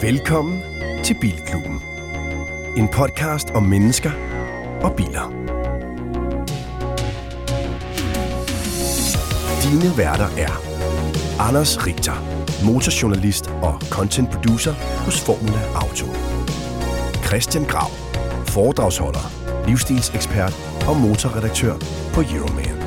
Velkommen til Bilklubben. En podcast om mennesker og biler. Dine værter er Anders Richter, motorjournalist og content producer hos Formula Auto. Christian Grav, foredragsholder, livsstilsekspert og motorredaktør på Euroman.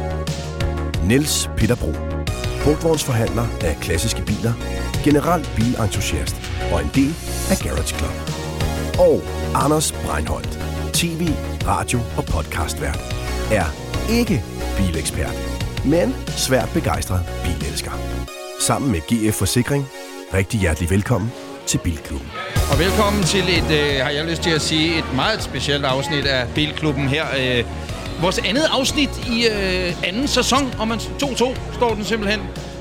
Niels Peter Bro, brugtvognsforhandler af klassiske biler, generelt bilentusiast og en del af Garage Club. Og Anders Breinholt, tv, radio og podcastvært, er ikke bilekspert, men svært begejstret bilelsker. Sammen med GF Forsikring, rigtig hjertelig velkommen til Bilklubben. Og velkommen til har jeg lyst til at sige, et meget specielt afsnit af Bilklubben her. Vores andet afsnit i anden sæson, og man 2-2 står den simpelthen.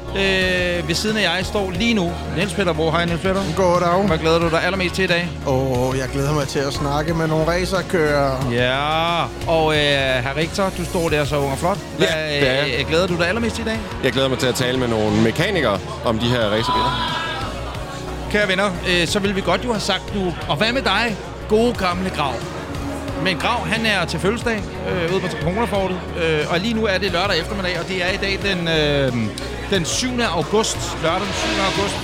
Ved siden af jeg står lige nu Niels Peter Bro. Hej Niels Peter. Goddag. Hvad glæder du dig allermest til i dag? Jeg glæder mig til at snakke med nogle racerkører. Ja, og herr Richter, du står der så ung og flot. Hvad glæder du dig allermest til i dag? Jeg glæder mig til at tale med nogle mekanikere om de her racerbiler. Kære venner, så vil vi godt jo have sagt nu, og hvad med dig, gode gamle Grav? Men Grav, han er til fødselsdag ude på Trapponerfortet, og lige nu er det lørdag eftermiddag, og det er i dag den 7. august, lørdag den 7. august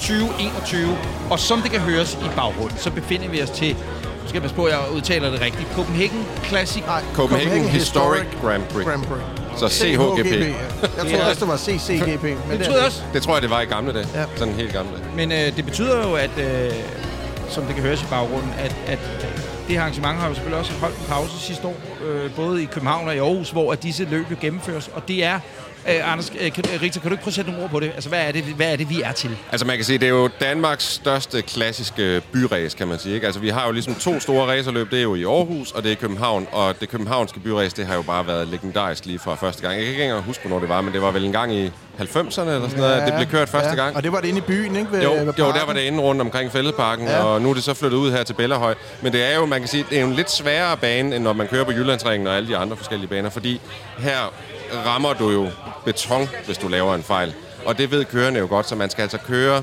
2021. Og som det kan høres i baggrunden, så befinder vi os til, nu skal jeg passe på, at jeg udtaler det rigtigt, Copenhagen Classic. Copenhagen Historic Grand Prix. Så CHGP. Jeg tror også, det var CCGP. Men det tror jeg, det var i gamle dage. Ja. Sådan helt gamle dage. Men det betyder jo, at som det kan høres i baggrunden, at det arrangement har jo selvfølgelig også holdt en pause sidste år, både i København og i Aarhus, hvor at disse løb jo gennemføres. Og det er, Anders Richter, kan du ikke prøve at sætte nogle ord på det? Altså, hvad er det, vi er til? Altså, man kan sige, det er jo Danmarks største klassiske byræs, kan man sige. Ikke? Altså, vi har jo ligesom to store racerløb. Det er jo i Aarhus, og det er i København. Og det københavnske byræs, det har jo bare været legendarisk lige fra første gang. Jeg kan ikke engang huske, hvornår det var, men det var vel en gang i 90'erne eller sådan noget, det blev kørt første gang. Og det var det inde i byen, ikke? Jo, der var det inde rundt omkring Fælledparken, og nu er det så flyttet ud her til Bellahøj. Men det er jo, man kan sige, det er jo en lidt sværere bane, end når man kører på Jyllandsringen og alle de andre forskellige baner, fordi her rammer du jo beton, hvis du laver en fejl. Og det ved kørerne jo godt, så man skal altså køre,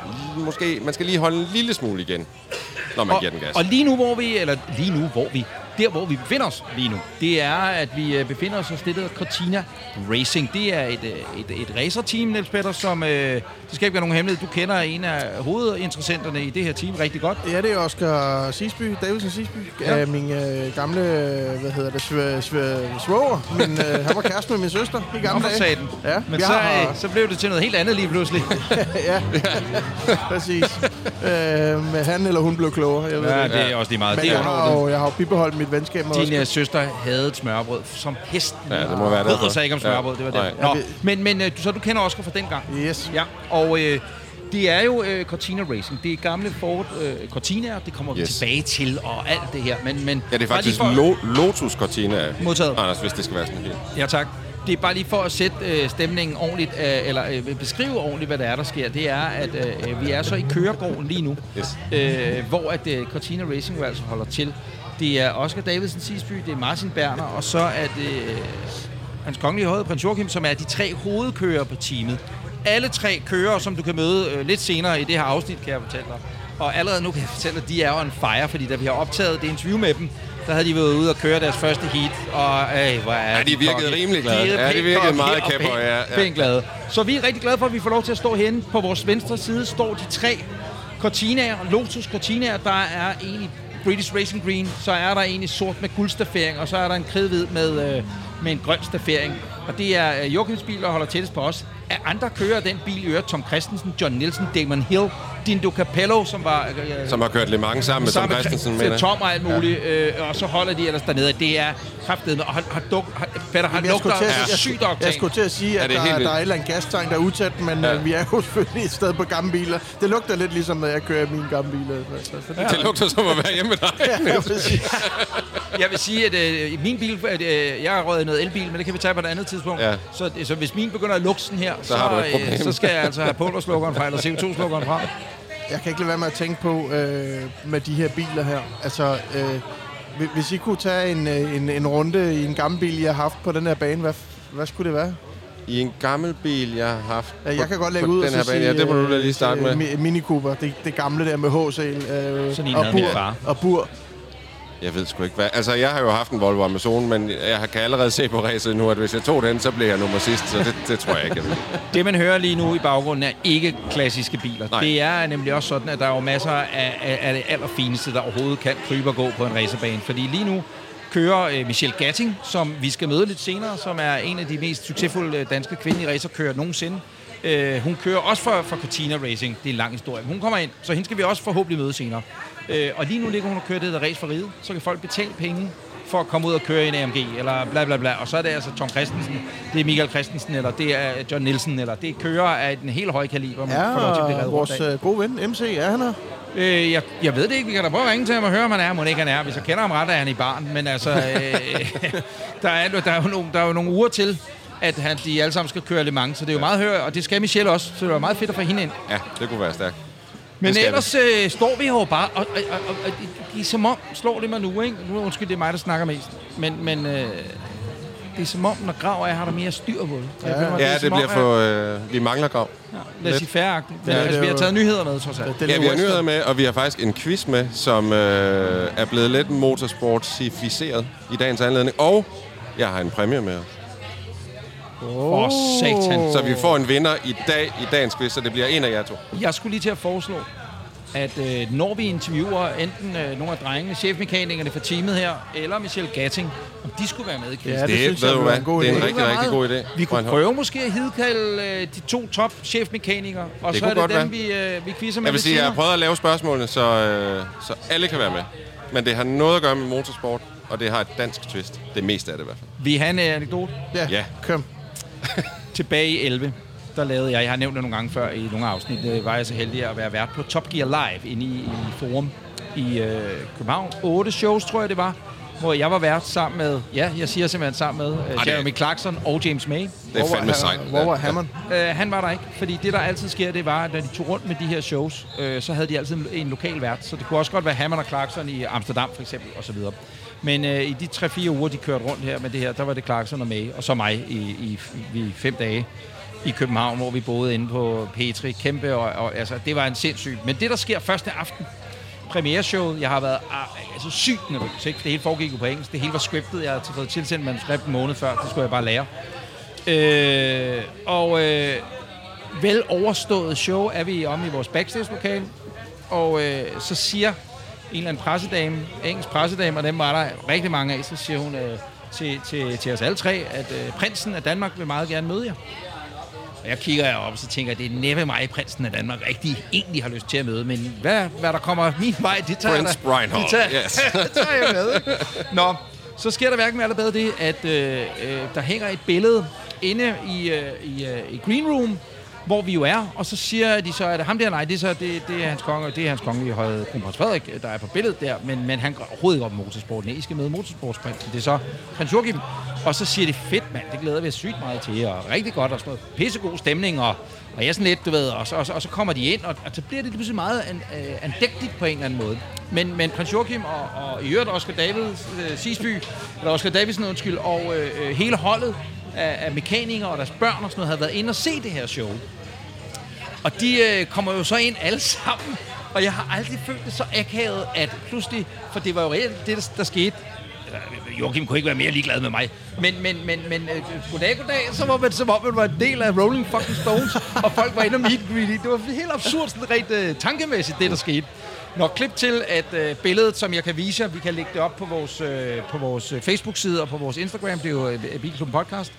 man skal lige holde en lille smule igen, når man giver den gas. Og der hvor vi befinder os lige nu, det er, at vi befinder os hos det, der Cortina Racing. Det er et racerteam, Niels Peter, som, det skal ikke være nogen hemmelighed, du kender en af hovedinteressenterne i det her team rigtig godt. Ja, det er Oscar Sisby, Davidsen Sisby. Ja. Min gamle, svoger. Han var kæreste med min søster i gamle dage. Ja. Men så blev det til noget helt andet lige pludselig. Ja, præcis. Men han eller hun blev klogere. Jeg ved det er også lige meget. Men jeg har jo bibeholdt mit venskab med Din søster havde et smørbrød som hesten. Ja, det må være derfor. Sig ikke om smørbrød, det var det. Nå, men så du kender Oscar fra den gang? Yes. Ja, og det er jo Cortina Racing. Det er gamle Ford Cortina, det kommer vi tilbage til, og alt det her. Men ja, det er faktisk Lotus Cortina, modtaget. Anders, hvis det skal være sådan helt. Ja, tak. Det er bare lige for at sætte stemningen ordentligt, eller beskrive ordentligt, hvad der er, der sker. Det er, at vi er så i køregården lige nu, hvor at Cortina Racing jo altså holder til. Det er Oscar Davidsen Sisby, det er Martin Berner, og så er det Hans Kongelige Højhed Prins Joachim, som er de 3 hovedkører på teamet. Alle 3 kører, som du kan møde lidt senere i det her afsnit, kan jeg fortælle dig. Og allerede nu kan jeg fortælle dig, at de er on fire, fordi da vi har optaget det interview med dem, der havde de været ude og køre deres første heat, og hvor er de virkede rimelig glade. Ja, de virkede meget kæmper, pænt glade. Så vi er rigtig glade for, at vi får lov til at stå henne. På vores venstre side står de 3 Cortinaer, Lotus Cortinaer. Der er en i British Racing Green, så er der en i sort med guldstaffering, og så er der en kridhvid med en grøn staffering. Og det er Joachims bil, der holder tættest på os. Af andre kører den bil i øvrigt Tom Christensen, John Nielsen, Damon Hill, Dindo Capello, som har kørt Le Mans sammen med Tom Christensen. Med Tom og alt muligt, og så holder de ellers dernede. Det er kraftedeme, og han lugter sygt oktan. Jeg skulle til at sige, at der er et eller andet gastank, der er utæt, men vi er jo selvfølgelig et sted på gamle biler. Det lugter lidt ligesom, når jeg kører mine gamle biler. Det lugter som at være hjemme med dig. Ja, præcis. Jeg vil sige, at min bil, jeg har røget noget elbil, men det kan vi tage på et andet tidspunkt. Ja. Så hvis min begynder at lugte sådan her, så skal jeg altså have pulverslukkeren fra, eller CO2-slukkeren fra. Jeg kan ikke lade være med at tænke på med de her biler her. Altså, hvis I kunne tage en runde i en gammel bil, I har haft på den her bane, hvad skulle det være? I en gammel bil, jeg har haft jeg kan godt lægge ud den her bane. Ja, det må du da lige starte med. Mini Cooper, det gamle der med HC og bur. Jeg ved sgu ikke hvad. Altså, jeg har jo haft en Volvo Amazon, men jeg kan allerede se på racet nu, at hvis jeg tog den, så bliver jeg nummer sidst, så det tror jeg ikke. Det, man hører lige nu i baggrunden, er ikke klassiske biler. Nej. Det er nemlig også sådan, at der er jo masser af det allerfineste, der overhovedet kan krybe og gå på en racerbane. Fordi lige nu kører Michelle Gatting, som vi skal møde lidt senere, som er en af de mest succesfulde danske kvindelige racerkører nogensinde. Hun kører også for Cortina Racing. Det er en lang historie. Hun kommer ind, så hende skal vi også forhåbentlig møde senere. Og lige nu ligger hun og kører det der race for riget. Så kan folk betale penge for at komme ud og køre i en AMG, eller bla bla bla. Og så er det altså Tom Christensen, det er Michael Christensen, eller det er John Nielsen, eller det er kører af en helt høj kaliber. Ja, og vores gode ven, MC, er han her? Jeg ved det ikke. Vi kan da prøve at ringe til ham og høre, om han er. Må ikke han er. Hvis jeg kender ham ret, er han i barn. Men altså, der er jo nogle uger til, at de alle sammen skal køre Le Mans. Så det er jo meget højt, og det skal Michelle også. Så det er meget fedt at få hende ind. Ja, det kunne være stærkt. Men ellers står vi jo bare, og det er som om, slår det mig nu, ikke? Nu undskyld, det er mig, der snakker mest. Men det er som om, når Grav er, har der mere styr på det. Ja, det bliver for... vi mangler Grav. Ja, lad os sige færdigt. Vi har taget nyheder med, trods alt. Ja, vi har nyheder med, og vi har faktisk en quiz med, som er blevet lidt motorsportsificeret i dagens anledning. Og jeg har en præmie med os. Satan. Så vi får en vinder i dag i dagens quiz, så det bliver en af jer to. Jeg skulle lige til at foreslå, at når vi interviewer enten nogle af drengene, chefmekanikerne for teamet her, eller Michelle Gatting, om de skulle være med i quizzen. Ja, det synes jeg er en god idé. Det er en rigtig god idé. Vi kunne prøve måske at hidkalde de 2 top chefmekanikere, og så er det dem, vi quizzer med. Jeg vil sige, jeg har prøvet at lave spørgsmålene, så alle kan være med. Men det har noget at gøre med motorsport, og det har et dansk twist. Det meste af det i hvert fald. Vi har en anekdote. Ja, kom. Tilbage i 11, der lavede jeg har nævnt det nogle gange før i nogle afsnit, var jeg så heldig at være vært på Top Gear Live inde i Forum i København. 8 shows, tror jeg det var, hvor jeg var vært sammen med, jeg siger simpelthen sammen med Jeremy Clarkson og James May. Det er fandme sejt. Hvor var Hammond? Han var der ikke, fordi det der altid sker, det var, at når de tog rundt med de her shows, så havde de altid en lokal vært, så det kunne også godt være Hammond og Clarkson i Amsterdam for eksempel, og så videre. Men i de 3-4 uger, de kørte rundt her med det her, der var det Clarkson og May, og så mig i 5 dage i København, hvor vi boede inde på Petri. Kæmpe, og altså, det var en sindssygt. Men det, der sker første aften, premiereshowet, jeg har været sygt nervøs, ikke? Det hele foregik jo på engelsk, det hele var scriptet, jeg havde fået tilsendt manuskript en måned før, det skulle jeg bare lære. Vel overstået show er vi om i vores backstage-lokale, og så siger en eller anden pressedame, engelsk pressedame, og dem var der rigtig mange af, så siger hun til os alle tre, at prinsen af Danmark vil meget gerne møde jer. Og jeg kigger op, og så tænker jeg, det er næppe mig, prinsen af Danmark rigtig egentlig har lyst til at møde, men hvad der kommer min vej, det tager Prince Breinholt, yes. Det tager jeg med. Nå, så sker der hverken med eller det, at der hænger et billede inde i Green Room, hvor vi jo er, og så siger de så, at ham der, nej, det er hans konge, det er hans kongelige høje kronprins Frederik, der er på billedet der, men han går overhovedet ikke op med motorsporten. I skal møde motorsportsprinsen. Det er så prins Joachim, og så siger det fedt, mand, det glæder vi os sygt meget til, og rigtig godt, og sådan noget pissegod stemning, og jeg er sådan lidt, du ved, og så kommer de ind, og så bliver det pludselig meget andægtigt på en eller anden måde. Men prins Joachim og i øvrigt Oscar Davidsen, og hele holdet af mekanikere og deres børn og sådan noget, havde været inde og se det her show. Og de kommer jo så ind alle sammen, og jeg har aldrig følt det så akavet, at pludselig, for det var jo reelt det, der skete. Joachim kunne ikke være mere ligeglad med mig. Men goddag, så var man som om, man var en del af Rolling fucking Stones, og folk var inde og meet and greet. Det var helt absurd, sådan rent tankemæssigt, det der skete. Nå, klip til, at billedet, som jeg kan vise jer, vi kan lægge det op på vores Facebook-side og på vores Instagram, det er jo Bilklubben Podcast,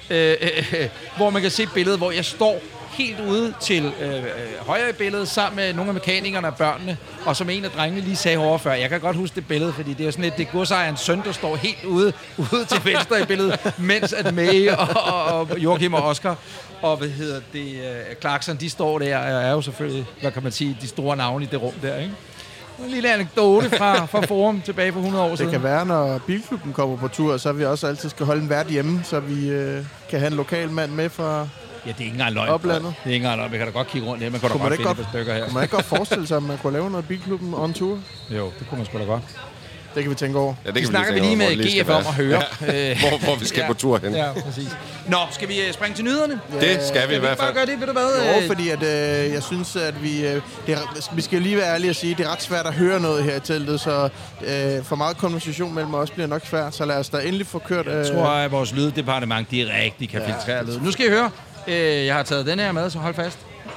hvor man kan se billedet, hvor jeg står helt ude til højre i billedet, sammen med nogle af mekanikerne og børnene, og som en af drengene lige sagde over før, jeg kan godt huske det billede, fordi det er sådan lidt, det godsejerens søn, der står helt ude til venstre i billedet, mens at May og Joachim og Oscar og Clarkson, de står der, og er jo selvfølgelig, hvad kan man sige, de store navne i det rum der, ikke? En lille anekdote fra Forum tilbage for 100 år siden. Det kan være, når Bilklubben kommer på tur, så vi også altid skal holde en vært hjemme, så vi kan have en lokal mand med fra ja, det er ikke engang løgn. Oplandet. Det er ikke engang løgn. Vi kan da godt kigge rundt her. Man kan da godt finde et par stykker her. Kunne man ikke godt forestille sig, at man kunne lave noget Bilklubben on tour? Jo, det kunne man sgu da godt. Det kan vi tænke over. Ja, det Det kan snakker vi lige med GF om at høre. Hvor vi skal på tur hen. Ja, præcis. Nå, skal vi springe til nyderne? Det skal vi i hvert fald. Bare gøre det, ved du hvad? Jo, fordi at, jeg synes, at vi skal lige være ærlige og sige, at det er ret svært at høre noget her i teltet, så for meget konversation mellem os bliver nok svært, så lad os da endelig få kørt... Jeg tror, at vores lyddepartement, de rigtig kan filtrere lyd. Nu skal I høre. Jeg har taget den her med, så hold fast.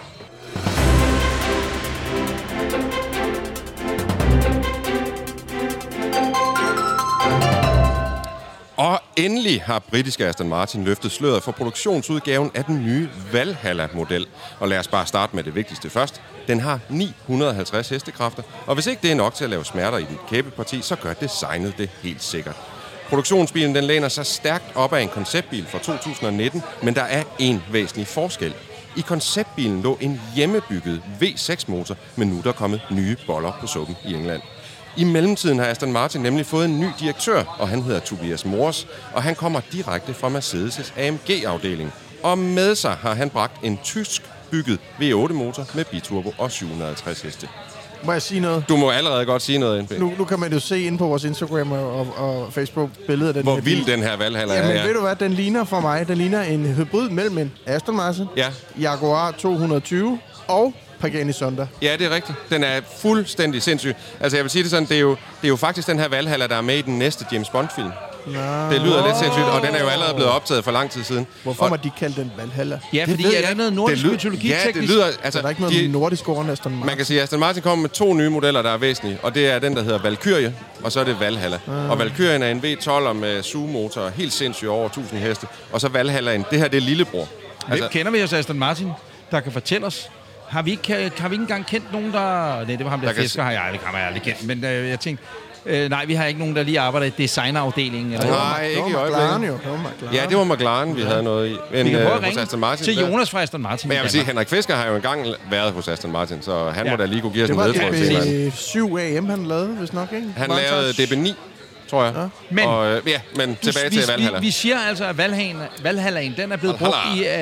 Og endelig har britiske Aston Martin løftet sløret for produktionsudgaven af den nye Valhalla-model. Og lad os bare starte med det vigtigste først. Den har 950 hestekræfter, og hvis ikke det er nok til at lave smerter i dit kæbeparti, så gør designet det helt sikkert. Produktionsbilen den læner sig stærkt op af en konceptbil fra 2019, men der er en væsentlig forskel. I konceptbilen lå en hjemmebygget V6-motor, men nu er der kommet nye boller på suppen i England. I mellemtiden har Aston Martin nemlig fået en ny direktør, og han hedder Tobias Moers, og han kommer direkte fra Mercedes' AMG-afdeling. Og med sig har han bragt en tysk bygget V8-motor med biturbo og 750 heste. Må jeg sige noget? Du må allerede godt sige noget, NP. Nu kan man jo se inde på vores Instagram og Facebook billeder af den Hvor her vild bil. den her Valhalla er. Jamen, Ja. ved du hvad? Den ligner for mig. Den ligner en hybrid mellem en Aston Martin, Ja. Jaguar 220 og Pagani Zonda. Ja, det er rigtigt. Den er fuldstændig sindssyg. Altså, jeg vil sige det sådan, det er jo faktisk den her Valhalla, der er med i den næste James Bond-film. Det lyder lidt sindssygt, og den er jo allerede blevet optaget for lang tid siden. Hvorfor må de kalde den Valhalla? Ja, fordi er der noget nordisk mytologi Ja, det lyder... Altså, Så der er ikke noget nordisk over Aston Martin? Man kan sige, at Aston Martin kommer med 2 nye modeller, der er væsentlige. Og det er den, der hedder Valkyrie, og så er det Valhalla. Og Valkyrien er en V12 med sugemotor, helt sindssygt over 1000 heste. Og så Valhallaen, det her det er lillebror. Hvem kender vi hos Aston Martin, der kan fortælle os? Har vi ikke engang kendt nogen, der... Nej, det var ham der fisker, har jeg aldrig kendt. Men jeg tænkte... nej, vi har ikke nogen, der lige arbejder i designafdelingen. Eller Nej, ikke i øjeblikket. Ja, det var McLaren, vi havde noget i. Men, vi kan prøve at hos Aston Martin, til Jonas fra Aston Martin. Men jeg vil sige, Henrik Fisker har jo engang været hos Aston Martin, så han må da lige kunne give os en ledtråd til. Det var 7 AM, han lavede, hvis nok, ikke? Han lavede DB9, tror jeg. Ja. Men tilbage til Valhalla. Vi siger altså, at Valhallaen, den er blevet brugt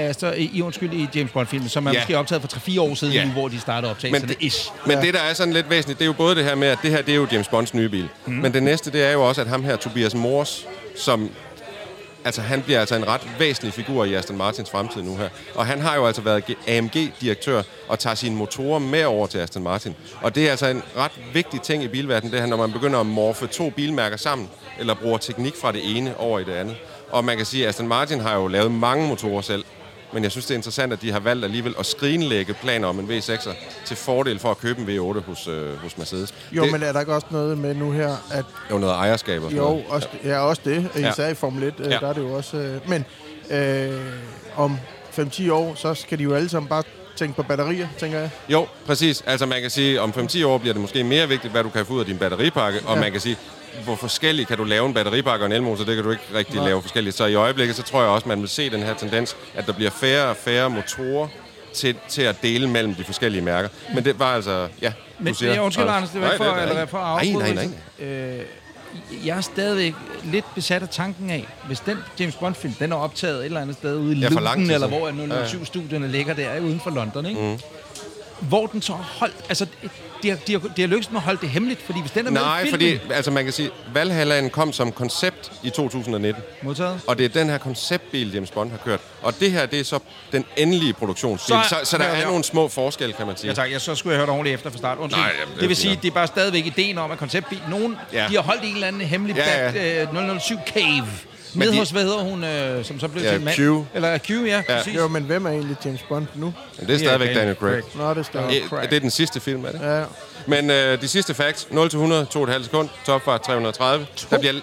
i James Bond-filmen, som er måske optaget for 3-4 år siden, hvor de startede optagelserne. Men det, der er sådan lidt væsentligt, det er jo både det her med, at det her, det er jo James Bonds nye bil. Men det næste, det er jo også, at ham her, Tobias Moers, som... Altså, han bliver altså en ret væsentlig figur i Aston Martins fremtid nu her. Og han har jo altså været AMG-direktør og tager sine motorer med over til Aston Martin. Og det er altså en ret vigtig ting i bilverdenen, det her, når man begynder at morfe 2 bilmærker sammen, eller bruger teknik fra det ene over i det andet. Og man kan sige, at Aston Martin har jo lavet mange motorer selv. Men jeg synes, det er interessant, at de har valgt alligevel at skrinlægge planer om en V6'er til fordel for at købe en V8 hos Mercedes. Jo, men er der ikke også noget med nu her, at... Jo, noget ejerskab og sådan noget. Også det. Især i Formel 1, der er det jo også... Men om 5-10 år, så skal de jo alle sammen bare tænke på batterier, tænker jeg. Jo, præcis. Altså man kan sige, om 5-10 år bliver det måske mere vigtigt, hvad du kan få ud af din batteripakke. Og man kan sige, hvor forskelligt kan du lave en batteripakke og en elmotor, det kan du ikke rigtig lave forskelligt. Så i øjeblikket, så tror jeg også, man vil se den her tendens, at der bliver færre og færre motorer til at dele mellem de forskellige mærker. Men det var altså, ja, men jeg undskyld, Anders, det var ikke for at afbryde. Nej. Jeg er stadigvæk lidt besat af tanken af, hvis den James Bond-film, den er optaget et eller andet sted ude i Luton, eller hvor 007-studierne ligger der uden for London, ikke? Hvor den så har holdt... Altså, de har lykkes med at holde det hemmeligt, fordi hvis den er med i filmen... fordi altså, man kan sige, Valhallaen kom som koncept i 2019. Modtaget. Og det er den her konceptbil, James Bond har kørt. Og det her, det er så den endelige produktionsbil. Så der er nogle små forskelle, kan man sige. Ja tak, så skulle jeg høre det ordentligt efter fra start. Det vil sige, det er bare stadigvæk ideen om, at konceptbil... Nogen, de har holdt en eller anden hemmelig 007 Cave. Nede hos, hvad hedder hun, som så blev til en mand? Q. Eller Q, præcis. Jo, men hvem er egentlig James Bond nu? Men det er stadigvæk Daniel Craig. Nå, det er stadigvæk Craig. Det er den sidste film, er det? Ja. Men de sidste facts, 0-100, 2,5 sekund, topfart 330. Der bliver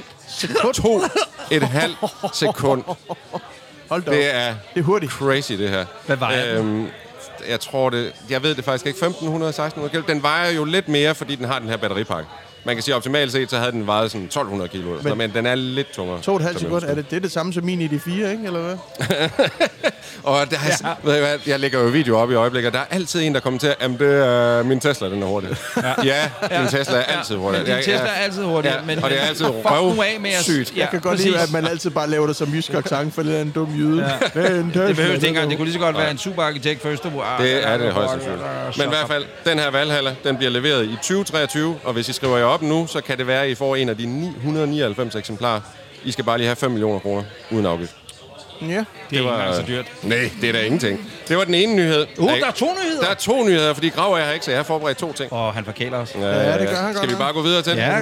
2,5 sekund. Hold da op. Det er hurtigt. Crazy, det her. Hvad vejer den? Jeg ved det faktisk ikke. 1.500-1.600 kilo. Den vejer jo lidt mere, fordi den har den her batteripakke. Man kan sige, optimalt set, så havde den vejet sådan 1.200 kilo. Men den er lidt tungere. 2,5 sekunder. Er det samme som min i de 4, ikke? Eller hvad? Og der er, ved jeg, jeg lægger jo video op i øjeblikket. Der er altid en, der kommenterer, at det er min Tesla, den er hurtig. Din Tesla er altid hurtig. Din Tesla er altid hurtig. Men, og det er altid sygt. Jeg kan godt lide, at man altid bare laver det som jysk accent, for det er en dum jyde. Det behøver ikke engang. Det kunne lige så godt være en superarkitekt for Østerbro. Det er det højst sandsynligt. Men i hvert fald, den her Valhalla, den bliver leveret i 2023, og hvis I skriver jer op nu, så kan det være, at I får en af de 999 eksemplarer. I skal bare lige have 5 millioner kroner uden afgift. Ja. Det var så dyrt. Nej, det er da ingenting. Det var den ene nyhed. Der er 2 nyheder. Der er 2 nyheder, fordi Grav er her ikke, så jeg har forberedt 2 ting. Han forkæler os. Ja, det gør han godt. Skal vi bare gå videre til Ja.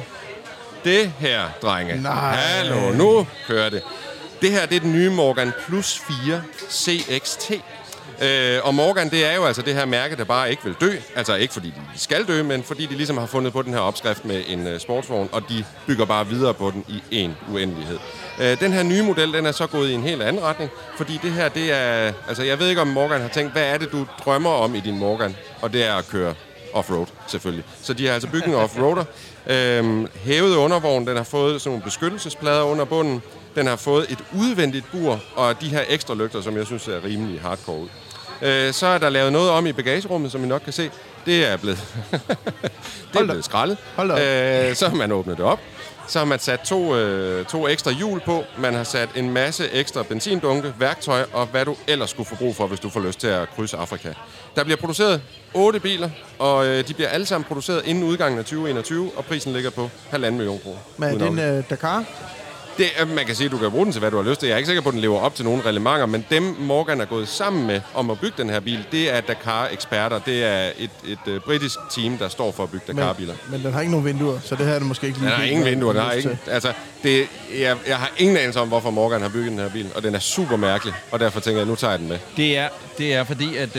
det her, drenge? Nej. Hallo, nu kører det. Det her, det er den nye Morgan Plus 4 CXT. Og Morgan, det er jo altså det her mærke, der bare ikke vil dø. Altså ikke fordi de skal dø, men fordi de ligesom har fundet på den her opskrift med en sportsvogn, og de bygger bare videre på den i en uendelighed. Den her nye model, den er så gået i en helt anden retning, fordi det her, det er... Altså jeg ved ikke, om Morgan har tænkt, hvad er det, du drømmer om i din Morgan? Og det er at køre offroad, selvfølgelig. Så de har altså bygget en offroader. Hævet undervogn, den har fået sådan nogle beskyttelsesplader under bunden. Den har fået et udvendigt bur, og de her ekstra lygter, som jeg synes er rimelig hardcore ud. Så er der lavet noget om i bagagerummet, som I nok kan se. Det er blevet, skrællet. Så har man åbnet det op. Så har man sat to ekstra hjul på. Man har sat en masse ekstra benzindunke, værktøj og hvad du ellers skulle få brug for, hvis du får lyst til at krydse Afrika. Der bliver produceret 8 biler, og de bliver alle sammen produceret inden udgangen af 2021, og prisen ligger på 1,5 million kroner. Men er det en Dakar? Man kan sige, at du kan bruge den til, hvad du har lyst til. Jeg er ikke sikker på, at den lever op til nogle reglementer, men dem Morgan er gået sammen med om at bygge den her bil, det er Dakar-eksperter. Det er et britisk team, der står for at bygge Dakar-biler. Men den har ikke nogen vinduer, så det her er det måske ikke lige... Den har ingen vinduer. Den har ikke, altså, jeg har ingen anelse om, hvorfor Morgan har bygget den her bil, og den er super mærkelig, og derfor tænker jeg, nu tager jeg den med. Det er fordi, at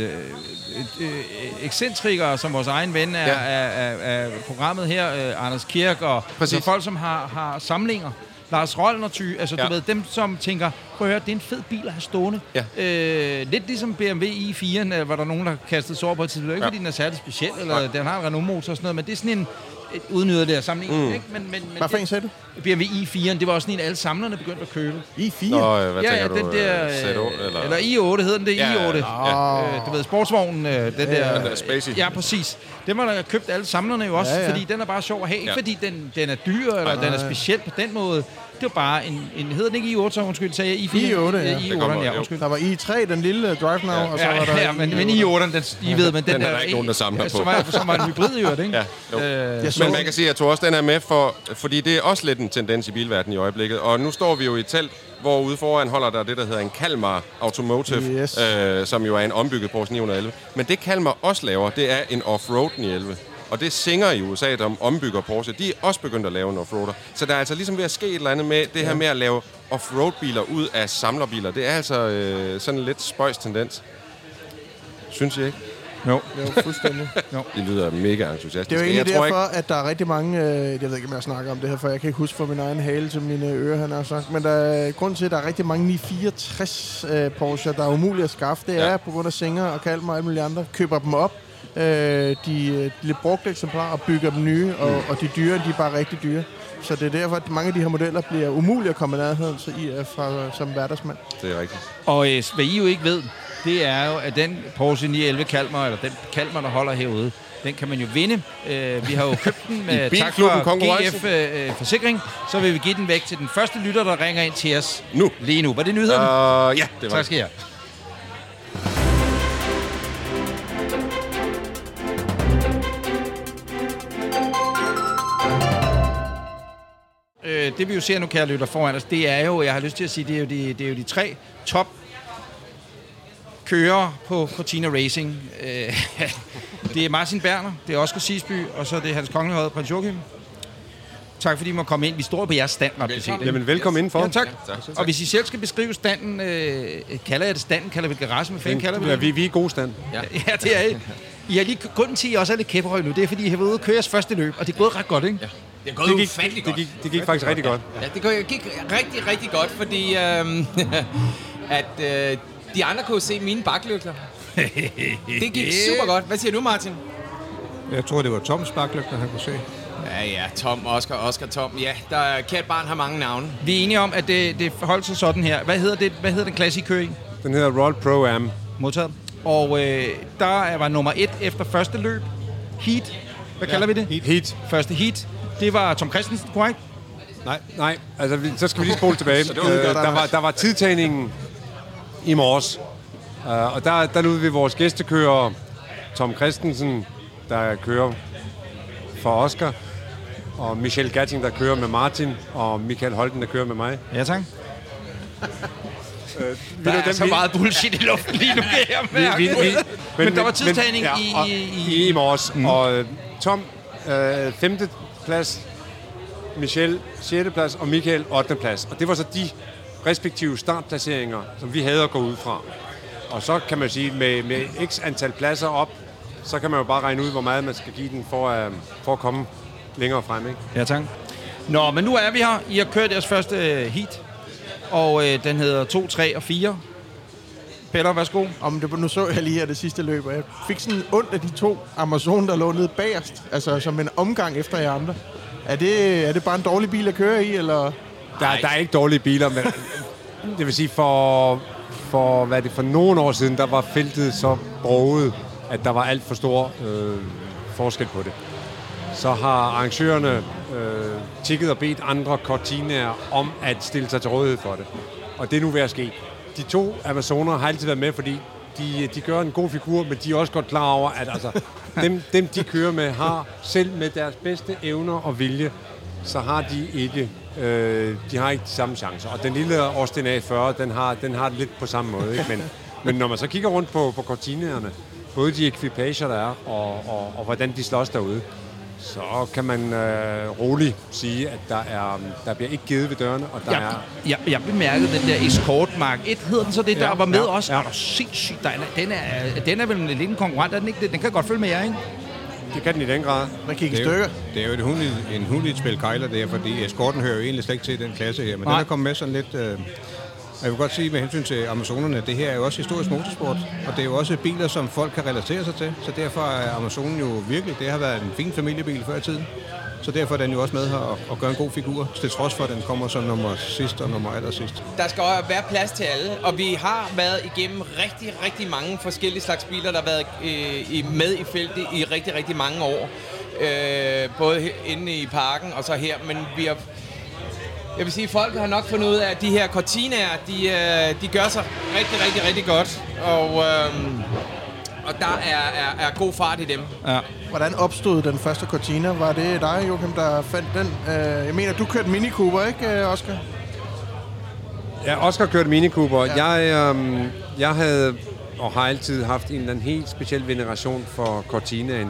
ekscentrikere, som vores egen ven af programmet her, Anders Kirk og folk, som har samlinger, Lars Rollner, altså du ved, dem som tænker, prøv at høre, det er en fed bil at have stående. Ja. Lidt ligesom BMW i4'en, var der nogen, der kastede sår på et tidspunkt. Ikke fordi den er særlig speciel, eller den har en Renault-motor og sådan noget, men det er sådan en udnyder der sammenligning, ikke? Men hvad for en sagde du? BMW i4'en, det var også sådan en, alle samlerne begyndte at købe. i4? Nå, hvad tænker den du? der, eller i8 hedder den, det i8. Du ved, sportsvognen, den der... Spacey. Ja, præcis. Den var der købt alle samlerne jo også, fordi den er bare sjov at have. Ikke fordi den er dyr, eller den er speciel på den måde. Det var bare en hedder den ikke i8, så undskyld, sagde jeg i4. i8, ja. i8'en, ja, undskyld. Der var i3, den lille Drive Now, og så var der... men i8'en, I ved, men den er der ikke nogen, der samler på. Som var en hybrid, ikke? Ja, men man kan sige, at jeg tror også, den er med fordi det er også lidt en tendens i bilverdenen i øjeblikket. Og nu står vi jo i et telt, hvor ude foran holder der det, der hedder en Kalmar Automotive, som jo er en ombygget Porsche 911. Men det Kalmar også laver, det er en offroad 911. Og det Singer i USA, der ombygger Porsche, de er også begyndt at lave en offroader. Så der er altså ligesom ved at ske et eller andet med det her med at lave offroad-biler ud af samlerbiler. Det er altså sådan en lidt spøjs tendens. Synes I ikke? Jo, fuldstændig. I lyder mega entusiastiske. Det er jo egentlig derfor, at der er rigtig mange... jeg ved ikke, om jeg snakker om det her, for jeg kan ikke huske for min egen hale til mine ører, han har sagt. Men der er grund til, at der er rigtig mange 964 Porsche, der er umuligt at skaffe. Det er på grund af Singer og Kalmar og alle mulige andre. Køber dem op. De lidt brugte eksemplarer og bygger dem nye, og de dyre, de er bare rigtig dyre. Så det er derfor, at mange af de her modeller bliver umulige at komme nærheden til som hverdagsmand. Det er rigtigt. Og hvad I jo ikke ved, det er jo, at den Porsche 911 Kalmar, eller den Kalmar, der holder herude, den kan man jo vinde. Vi har jo købt den med tak for GF Forsikring. Så vil vi give den væk til den første lytter, der ringer ind til os nu. Lige nu. Var det nyhederne? Ja, det var. Tak skal jeg. Det vi jo ser nu, kære lytter, foran os, det er jo, jeg har lyst til at sige, det er jo de 3 top kører på Cortina Racing. Det er Martin Berner, det er Oscar Sisby, og så er det Hans Kongelige Højhed, Prins Joachim. Tak fordi I må komme ind. Vi står på jeres stand, når det. Jamen, velkommen indenfor. Ja, tak. Og hvis I selv skal beskrive standen, kalder jeg det standen, kalder vi det garagen, hvad fanden kalder vi det? Ja, vi er god stand. Ja, det er I. I har lige grunden til, at I også er lidt kæphøj nu, det er fordi, I har været ude og køre jeres første løb, og det er gået ret godt, ikke? Ja. Det er gået ufatteligt godt. Det gik faktisk rigtig godt. Ja, det gik rigtig, rigtig godt, fordi de andre kunne se mine baklygter. Det gik super godt. Hvad siger du, Martin? Jeg tror, det var Toms baklygter, han kunne se. Ja, Tom, Oscar, Tom. Ja, kært barn har mange navne. Vi er enige om, at det holdt sig sådan her. Hvad hedder den klasse, I kører i? Den hedder Royal Pro-Am. Modtaget. Og der var nummer 1 efter første løb. Heat. Hvad kalder vi det? Heat. Første heat. Det var Tom Christensen, korrekt? Nej. Altså, så skal vi lige spole tilbage. Der var tidtagningen i morges. Og der lod vi vores gæstekører, Tom Christensen, der kører for Oscar, og Michel Gatting, der kører med Martin, og Michael Holten, der kører med mig. Ja, tak. Der er så meget bullshit i luften lige nu, kan jeg mærke. Men der var tidstagning i morges. Og Tom, 5. plads, Michel, 6. plads, og Michael, 8. plads. Og det var så de respektive startplaceringer, som vi havde at gå ud fra. Og så kan man sige, med x antal pladser op, så kan man jo bare regne ud, hvor meget man skal give den for at komme længere frem, ikke? Ja, tak. Nå, men nu er vi her. I har kørt jeres første heat, og den hedder 2, 3 og 4. Peter, værsgo. Nu så jeg lige her det sidste løb, og jeg fik sådan ondt af de 2 Amazon, der lå nede bagerst. Altså som en omgang efter jer andre. Er det bare en dårlig bil at køre i, eller? Der er ikke dårlige biler, men det vil sige, for nogle år siden, der var feltet så broget, at der var alt for stor forskel på det. Så har arrangørerne tikket og bedt andre Cortinaer om at stille sig til rådighed for det. Og det er nu ved at ske. De 2 Amazoner har altid været med, fordi de gør en god figur, men de er også godt klar over, at altså, dem de kører med, har selv med deres bedste evner og vilje, så har de ikke de samme chancer. Og den lille Austin A40, den har det lidt på samme måde. Ikke? Men når man så kigger rundt på Cortinaerne, både de ekvipager, der er, og hvordan de slås derude, så kan man roligt sige, at der bliver ikke givet ved dørene, og der er... Jeg bemærkede den der Escort Mark 1, hedder den så det, der var med også. Ja. Er du sindssygt? Den er vel en lille konkurrent, er den ikke? Den kan godt følge med jer, ikke? Det kan den i den grad. Der kigger stykker. Det er jo en hundigt spil kejler der, fordi Escorten hører jo egentlig slet ikke til den klasse her, men den er kommet med sådan lidt... Jeg vil godt sige med hensyn til Amazonerne, det her er jo også historisk motorsport, og det er jo også biler, som folk kan relatere sig til, så derfor er Amazonen jo virkelig, det har været en fin familiebil før i tiden, så derfor er den jo også med her og gør en god figur, til trods for, at den kommer som nummer sidst og nummer allersidst. Der skal være plads til alle, og vi har været igennem rigtig, rigtig mange forskellige slags biler, der har været med i feltet i rigtig, rigtig mange år, både inde i parken og så her, men vi har... Jeg vil sige, at folk har nok fundet ud af, at de her Cortinaer, de gør sig rigtig, rigtig, rigtig godt. Og der er god fart i dem. Ja. Hvordan opstod den første Cortina? Var det dig, Joachim, der fandt den? Jeg mener, du kørte Mini Cooper, ikke, Oscar? Ja, Oscar kørte Mini Cooper. Ja. Jeg havde og har altid haft en eller anden helt speciel veneration for Cortinaen.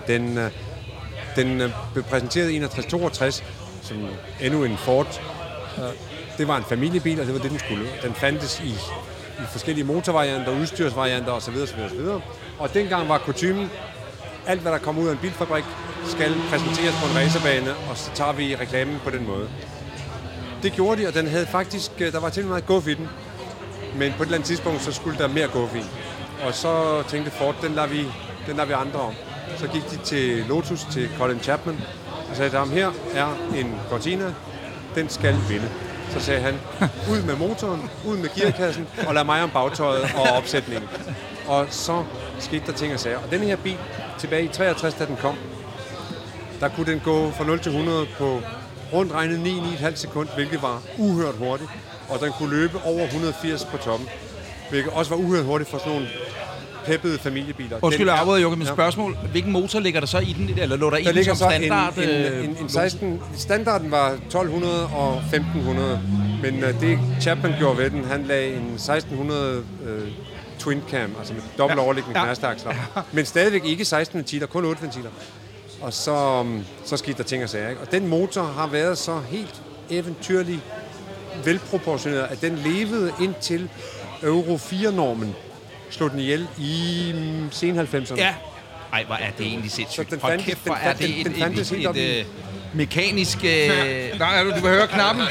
Den blev præsenteret i 61-62 som endnu en Ford. Det var en familiebil, og det var det, den skulle. Den fandtes i forskellige motorvarianter, udstyrsvarianter osv. Og dengang var kutymen, alt hvad der kom ud af en bilfabrik, skal præsenteres på en racerbane, og så tager vi reklamen på den måde. Det gjorde de, og den havde faktisk, der var til meget guf i den. Men på et eller andet tidspunkt, så skulle der mere guf i. Og så tænkte Ford, den lader vi andre om. Så gik de til Lotus, til Colin Chapman, og sagde til ham, her er en Cortina, den skal vinde. Så sagde han, ud med motoren, ud med gearkassen, og lad mig om bagtøjet og opsætningen. Og så skete der ting og sager. Og denne her bil, tilbage i 63, da den kom, der kunne den gå fra 0 til 100 på rundt regnet 9,5 sekund, hvilket var uhørt hurtigt. Og den kunne løbe over 180 på toppen, hvilket også var uhørt hurtigt for sådan nogle peppede familiebiler. Undskyld, jeg afbryder, Joachim, mit spørgsmål. Hvilken motor ligger der så i den, eller lå der i den som standard? En 16. Standarden var 1200 og 1500, men det Chapman gjorde ved den, han lagde en 1600 twin cam, altså med dobbelt overliggende knastaksler, men stadigvæk ikke 16 ventiler, kun 8 ventiler. Og så skete der ting og sager, ikke? Og den motor har været så helt eventyrligt velproportioneret, at den levede indtil Euro 4-normen slog den ihjel i sen 90'erne. Ja. Ej, hvor er det egentlig sindssygt. Så hold kæft, hvor er det et mekanisk... Nej, du kan høre knappen.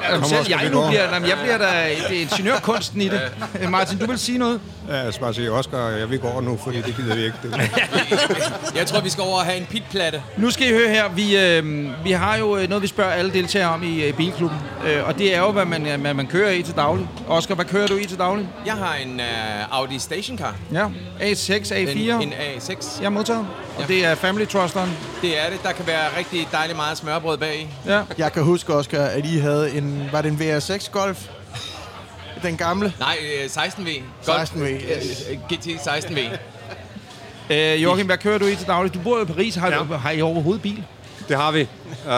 Jeg bliver der et ingeniørkunsten i det. Martin, du vil sige noget? Ja, jeg skal bare sige, Oscar, jeg vil gå over nu, fordi det gider vi ikke. Jeg tror, vi skal over og have en pitplatte. Nu skal I høre her. Vi har jo noget, vi spørger alle deltagere om i Bilklubben. Og det er jo, hvad man kører i til daglig. Oscar, hvad kører du i til daglig? Jeg har en Audi Stationcar. Ja, A6, A4. En A6. Jeg modtager. Og det er Family Trusteren. Det er det. Der kan være rigtig dejligt meget smørbrød bag. Ja. Jeg kan huske, Oscar, at I havde var det en VR6 Golf? Den gamle? Nej, 16V. 16V, GT 16V. Joachim, hvad kører du i til dagligt? Du bor i Paris. Har I overhovedet bil? Det har vi.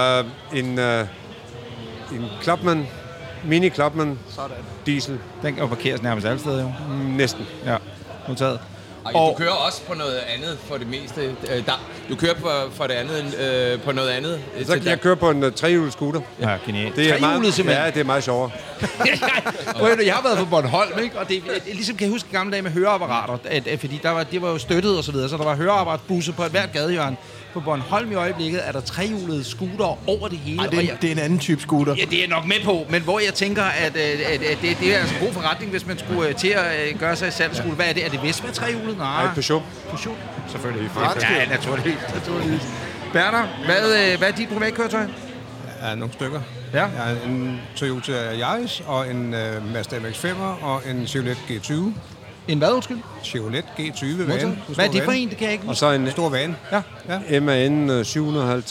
En Clubman, Mini Clubman diesel. Den kan jo parkeres nærmest alle steder, jo. Næsten. Ja, noteret. Og du kører også på noget andet for det meste. Du kører for det andet på noget andet. Så jeg kører på en trehjulet scooter. Ja, genialt. Det er Trehjulet simpelthen. Ja, det er meget sjovere. Jeg har været på Bornholm, ikke? Og det ligesom kan jeg huske gamle dage med høreapparater, fordi det var jo støttet og så videre, så der var høreapparatbusser på hvert gadehjørne. På Bornholm i øjeblikket er der trehjulede scooter over det hele. Ej, det er en anden type scooter. Ja, det er jeg nok med på, men hvor jeg tænker, at det er altså en god forretning, hvis man skulle til at gøre sig i salgsskole. Hvad er det? Er det Vespa trehjulet? Nej, Peugeot. Peugeot? Selvfølgelig. Ja, naturligvis. Berner, hvad er dit privatkøretøj? Ja, nogle stykker. Ja. Jeg har en Toyota Yaris og en Mazda MX-5 og en Chevrolet G20. En hvad, undskyld? Chevrolet G20 van. Hvad er det for en? Det kan jeg ikke. Og så en Stor van. Ja. MAN 750-22.5.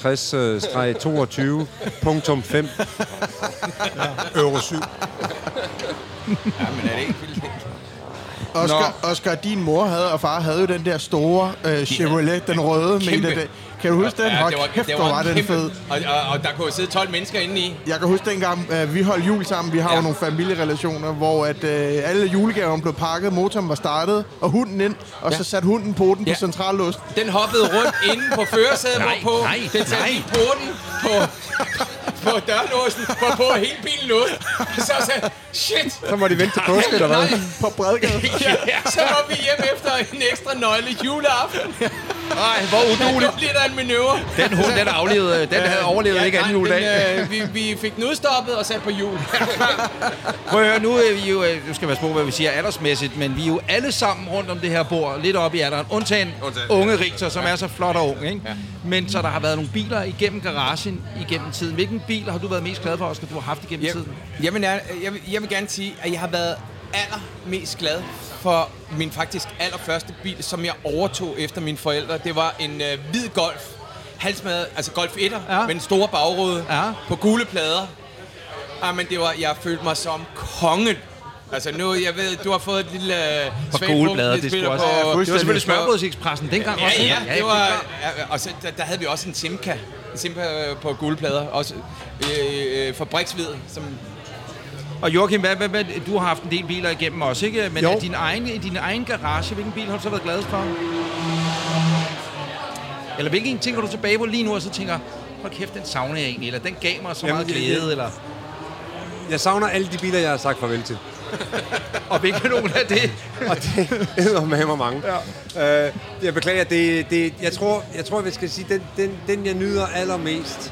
Euro 7. Ja, men er det ikke vildt? Oscar, din mor og far havde jo den der store Chevrolet, den røde. Kan du huske den? Ja, Kæft, hvor var den fed. Og der kunne sidde 12 mennesker inde i. Jeg kan huske dengang, vi holdt jul sammen. Vi har jo nogle familierelationer, hvor at, alle julegaverne blev pakket, motoren var startet, og hunden ind, og så satte hunden poten på centrallåsen. Den hoppede rundt inde på førersædet, hvorpå den satte poten på dørlåsen, hvorpå hele bilen låste. Og så sagde shit! Så må de vente til påske, eller hvad? På Bredgade. Så var vi hjem efter en ekstra nøgle juleaften. Nej, hvor uduligt. Nu bliver der en manøvre. Den hund, den havde overlevet ikke anden juledag. Vi fik den udstoppet og sat på hjul. Prøv at høre, nu er vi jo, du skal være på, hvad vi siger aldersmæssigt, men vi er jo alle sammen rundt om det her bord, lidt oppe i alderen, undtagen unge Richter, som er så flot og ung, ikke? Ja. Men så der har været nogle biler igennem garagen igennem tiden. Hvilken bil har du været mest glad for, Oscar, du har haft igennem tiden? Jamen, jeg vil gerne sige, at jeg har været allermest glad for min faktisk allerførste bil, som jeg overtog efter mine forældre. Det var en hvid Golf, halsmad, altså Golf 1'er, med en stor bagrude på gule plader. Men jeg følte mig som kongen. Altså nu, jeg ved, du har fået et lille svagt gule plader, det skulle også. Det var selvfølgelig Smørbrødsekspressen dengang også. Ja, det var, og så der havde vi også en Simca på gule plader, også fabrikshvid, som. Og Joachim, hvad, du har haft en del biler igennem også, ikke? Men i din egen garage, hvilken bil har du så været glad for? Eller hvilken tænker du tilbage på lige nu, og så tænker, hold kæft, den savner jeg egentlig, eller den gav mig så meget glæde, eller? Jeg savner alle de biler, jeg har sagt farvel til. Og hvilke nogen af det? Og det er med mig mange. Ja. Jeg beklager, jeg tror, vi skal sige, den jeg nyder allermest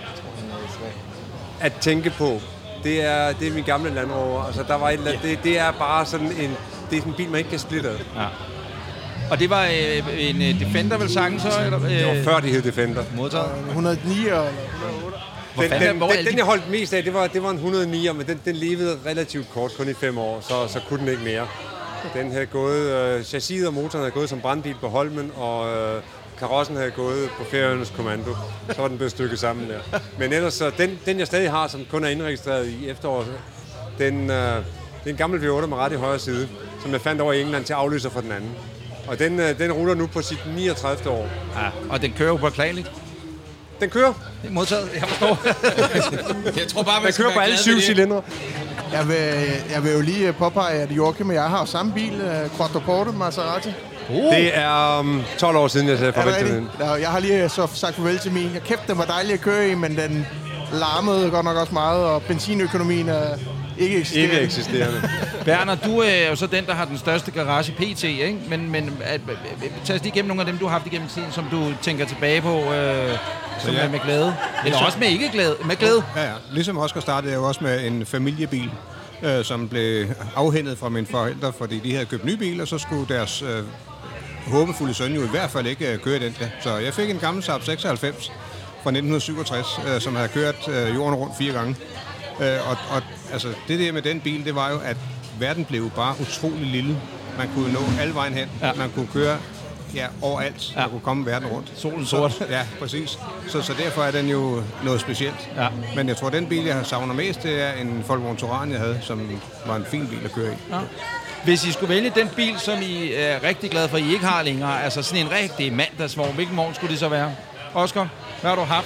at tænke på, det er min gamle Land Rover. Altså, der var det er bare sådan en bil, man ikke kan splitte af. Ja. Og det var en Defender, vel sangen så? Eller, det var før de hed Defender. Modtaget. 109 eller 108. Den jeg holdt mest af, det var en 109'er, men den levede relativt kort, kun i 5 år, så kunne den ikke mere. Den havde gået, chassiset og motoren havde gået som brandbil på Holmen, og karossen havde gået på Færøernes Kommando. Så var den blevet stykket sammen der. Men ellers, så den jeg stadig har, som kun er indregistreret i efteråret, det er en gammel V8 med ret i højre side, som jeg fandt over i England til afløser for den anden. Og den ruller nu på sit 39. år. Ja, og den kører jo påklageligt. Den kører. Det er modtaget, jeg forstår. Jeg tror bare, man kører på alle 7 cylindre. Jeg vil jo lige påpege, at Joachim og jeg har samme bil, Quattroporte Maserati. Det er 12 år siden, jeg sagde farvel til den. Jeg har lige så sagt farvel til min. Jeg kæft, den var dejlig at køre i, men den larmede godt nok også meget, og benzinøkonomien er ikke eksisterende. Berner, du er jo så den, der har den største garage PT, ikke? Men tag os lige igennem nogle af dem, du har haft igennem tiden, som du tænker tilbage på med glæde. Eller også med ikke glæde. Med glæde. Ja. Ligesom Oscar startede jeg jo også med en familiebil, som blev afhændet fra mine forældre, fordi de havde købt nye biler, og så skulle deres håbefulde søn jo i hvert fald ikke køre den der. Så jeg fik en gammel Saab 96 fra 1967, som havde kørt jorden rundt 4 gange. Og altså, det der med den bil, det var jo, at verden blev bare utrolig lille. Man kunne nå alle vejen hen. Ja. Man kunne køre overalt. Man kunne komme verden rundt. Solen sort. Ja, præcis. Så derfor er den jo noget specielt. Ja. Men jeg tror, den bil, jeg savner mest, det er en Volvo Touran, jeg havde, som var en fin bil at køre i. Ja. Hvis I skulle vælge den bil, som I er rigtig glade for, I ikke har længere, altså sådan en rigtig mandagsvogn, hvilken morgen skulle det så være? Oscar, hvad har du haft?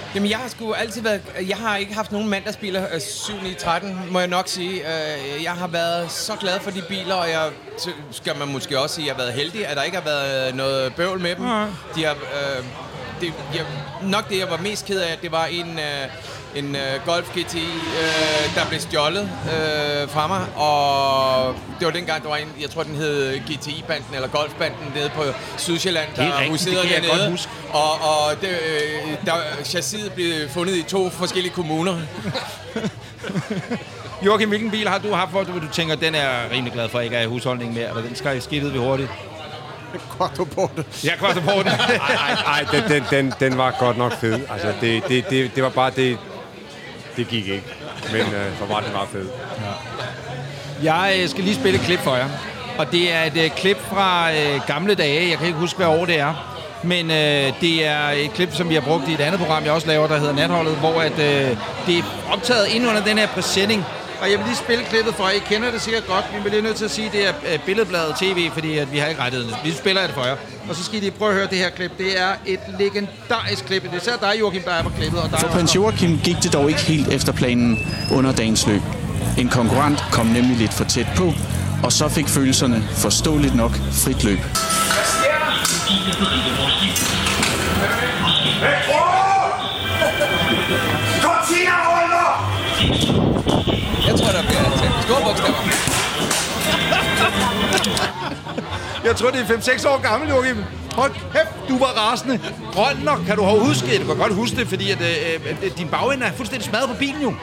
Jamen, jeg har sgu altid været... Jeg har ikke haft nogen mand, der spiller 7-9-13, må jeg nok sige. Jeg har været så glad for de biler, og jeg skal man måske også sige, at jeg har været heldig, at der ikke har været noget bøvl med dem. De har... nok det, jeg var mest ked af, det var en Golf GTI, der blev stjålet fra mig, og det var dengang, der var en, jeg tror, den hed GTI-banden, eller Golfbanden, nede på Sydsjælland, der huserede dernede, og chassiset blev fundet i 2 forskellige kommuner. Joachim, hvilken bil har du haft, hvor du tænker, den er rimelig glad for, ikke er i husholdningen mere, eller den skal skidtet vi hurtigt? Quattroporte. Ja, Quattroporte. Nej, den var godt nok fed. Altså, det var bare det. Det gik ikke, men så var det bare fed. Ja. Jeg skal lige spille et klip for jer. Og det er et klip fra gamle dage. Jeg kan ikke huske, hvad år det er. Men det er et klip, som vi har brugt i et andet program, jeg også laver, der hedder Natholdet, hvor det er optaget ind under den her præsending. Og jeg vil lige spille klippet for jer. I kender det sikkert godt. Vi bliver nødt til at sige, at det er Billedbladet TV, fordi at vi har ikke rettet det. Vi spiller det for jer. Og så skal I lige prøve at høre det her klip. Det er et legendarisk klip. Det er især dig, Joachim, der er på klippet. Og for prins Joachim gik det dog ikke helt efter planen under dagens løb. En konkurrent kom nemlig lidt for tæt på, og så fik følelserne forståeligt nok frit løb. Jeg tror, der bliver til store bogstaver. Jeg tror, det er 5-6 år gammel, Joachim. Hold kæft, du var rasende. Grønner, kan du huske det? Du kan godt huske det, fordi at, din bagende er fuldstændig smadret på bilen, jo.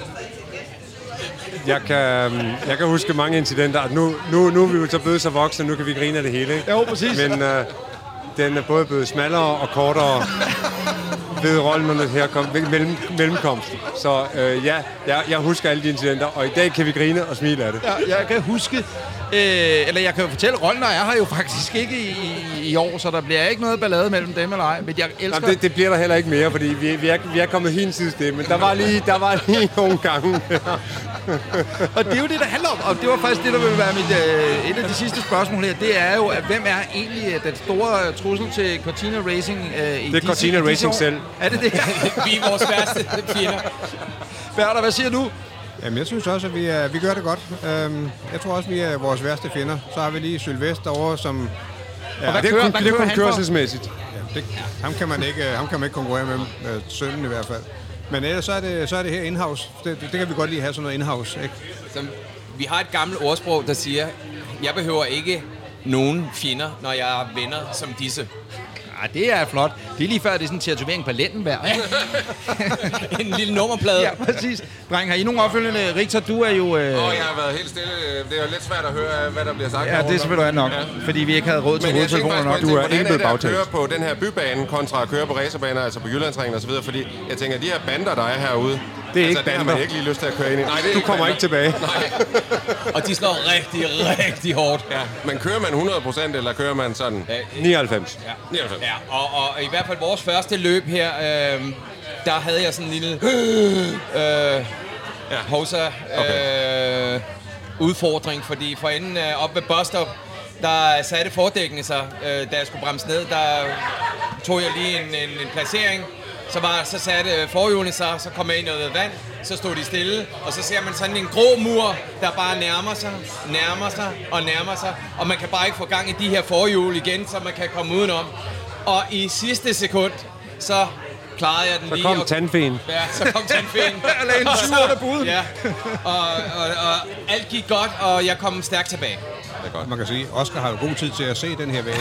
Jeg kan huske mange incidenter. Nu er vi jo så blevet så voksne, nu kan vi grine af det hele, ikke? Jo, præcis. Men den er både blevet smallere og kortere ved rollen her mellemkomst. Så jeg husker alle de incidenter, og i dag kan vi grine og smile af det. Ja, jeg kan huske, eller jeg kan jo fortælle, Rollner er her jo faktisk ikke i år, så der bliver ikke noget ballade mellem dem eller ej, men jeg elsker... Jamen, det bliver der heller ikke mere, fordi vi er kommet hinsides det, men der var lige nogle gange. Og det er jo det, der handler om, og det var faktisk det, der vil være et af de sidste spørgsmål her, det er jo, at hvem er egentlig den store trussel til Cortina Racing i det er Cortina Racing selv. Er det det? Vi er vores værste fjender. Berter, hvad siger du? Jamen, jeg synes også, at vi gør det godt. Jeg tror også, vi er vores værste fjender. Så har vi lige Sylvest derovre, som... Ja, og det er kun kørselsmæssigt. Ja, ham kan man ikke konkurrere med sønnen i hvert fald. Men ellers så er det her in-house. Det kan vi godt lige have sådan noget in-house, ikke? Så, vi har et gammelt ordsprog, der siger, jeg behøver ikke nogen fjender, når jeg er venner som disse. Ja, det er flot. Det er lige før, det er sådan en tatovering på Lendenberg. En lille nummerplade. Ja, præcis. Dreng, har I nogen opfølgende? Richter, du er jo... Jeg har været helt stille. Det er jo lidt svært at høre, hvad der bliver sagt. Ja, det er selvfølgelig nok, fordi vi ikke havde råd til hovedtelefoner nok. Du er ikke blevet bagtalt. Køre på den her bybane kontra at køre på racerbaner, altså på Jyllandsringen og så videre, fordi jeg tænker, de her bander, der er herude, det er altså, ikke bander. Har man ikke lige lyst til at køre ind i. Nej, du kommer ikke tilbage. Nej. Og de slår rigtig, rigtig hårdt. Ja, men kører man 100%, eller kører man sådan? 99. Ja, 99. Ja, og i hvert fald vores første løb her, der havde jeg sådan en lille udfordring, fordi for enden op ved Bostop, der satte fordækkene sig, da jeg skulle bremse ned, der tog jeg lige en placering. Så satte forhjulene sig, så kom jeg ind i noget vand, så stod de stille, og så ser man sådan en grå mur, der bare nærmer sig, og man kan bare ikke få gang i de her forhjul igen, så man kan komme udenom. Og i sidste sekund, så klarede jeg den så lige. Så kom tandfen. Ja, så kom tandfen. Jeg lagde en 7-8 bud. Ja, og alt gik godt, og jeg kom stærkt tilbage. Det er godt. Man kan sige, Oscar har jo god tid til at se den her væg.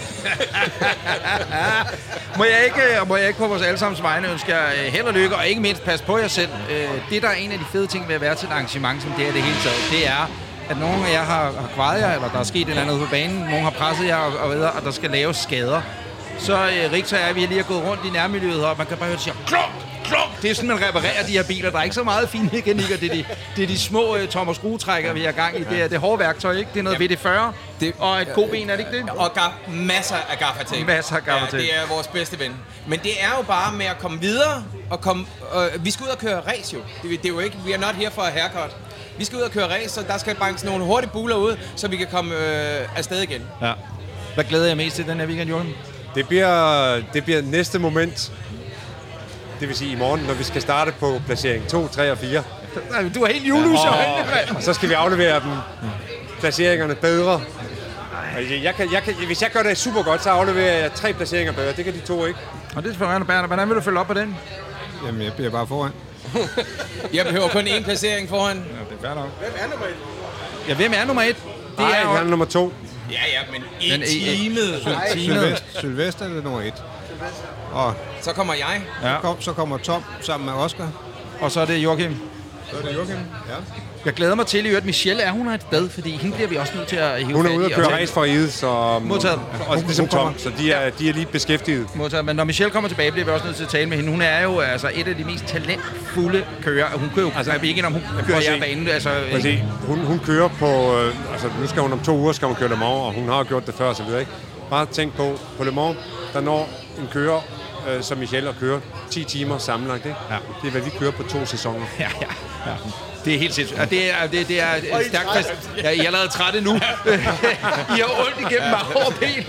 Må jeg ikke på vores allesammens vegne ønske jer held og lykke, og ikke mindst passe på jer selv. Det, der er en af de fede ting ved at være til et arrangement, som det er det hele taget, det er, at nogle af jer har kvaret jer, eller der er sket et eller andet på banen, nogle har presset jer og videre, og der skal laves skader. Så Richter og jeg, vi har lige gået rundt i nærmiljøet, og man kan bare høre, at sige, klok! Det er sådan, man reparerer de her biler. Der er ikke så meget fine mekanikker. Det er de små tommer skruetrækker, vi har gang i. Det er hårde værktøj, ikke? Det er noget VD40 og et koben, er det ikke det? Og masser af gaffatape. Masser af gaffatape. Ja, det er vores bedste ven. Men det er jo bare med at komme videre og komme... vi skal ud og køre race, jo. Det er jo ikke... We are not here for a haircut. Vi skal ud og køre race, så der skal bankes nogle hurtige buler ud, så vi kan komme afsted igen. Ja. Hvad glæder jeg mest til den her weekend, Joachim? Det bliver næste moment. Det vil sige i morgen, når vi skal starte på placering 2, 3 og 4. Du er helt julelus i øjnene, Og så skal vi aflevere dem placeringerne bedre. Hvis jeg gør det super godt, så afleverer jeg 3 placeringer bedre. Det kan de 2 ikke. Og det er for Berner. Hvordan vil du følge op på den? Jamen, jeg bliver bare foran. Jeg behøver kun 1 placering foran. Ja, det er fair nok. Ja, hvem er nummer 1? Det er han nummer 2. Ja, men i teamet. Sylvester er nummer 1. Og Så kommer jeg. så kommer Tom sammen med Oscar. Og så er det Joachim. Ja. Jeg glæder mig til, at Michelle er hun her et sted, fordi hende bliver vi også nødt til at hive. Hun er ude at køre race for Ide, så modtaget. Også ligesom Tom, så de er lige beskæftiget. Modtaget. Men når Michelle kommer tilbage, bliver vi også nødt til at tale med hende. Hun er jo altså et af de mest talentfulde kører. Hun kører jo, altså, jeg ved ikke, om hun kører her banen. Altså, hun kører på, nu skal hun om 2 uger skal hun køre Le Mans, og hun har gjort det før, så videre, ikke? Bare tænk på Le Mans, der når en kører som Michelle at køre 10 timer sammenlagt, ikke? Ja. Det er, hvad vi kører på 2 sæsoner. Ja. Det er helt sindssygt. Det er et stærkt fast. Jeg er allerede trætte nu. I har ondt igennem mig over ben.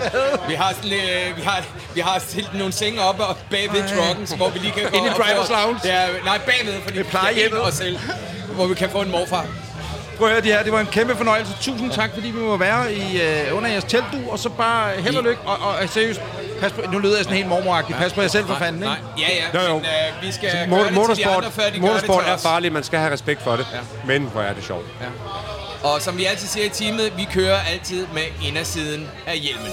Vi har stillet nogle senge op og bagved trucken, hvor vi lige kan gå ind i drivers lounge. Ja, nej, bagved, fordi vi plejer hjemme os selv, hvor vi kan få en morfar. Prøv at høre det her. Det var en kæmpe fornøjelse. Tusind tak, fordi vi må være under jeres teltdur, og så bare held og lykke. Og seriøst, pas på, nu lyder jeg sådan helt mormoragtigt. Pas på jer selv for fanden, ikke? Ja. Men vi skal gøre det til de andre, før de gør det til motorsport er os. farligt, man skal have respekt for det. Ja. Men hvor er det sjovt. Ja. Og som vi altid siger i teamet, vi kører altid med indersiden af hjelmen.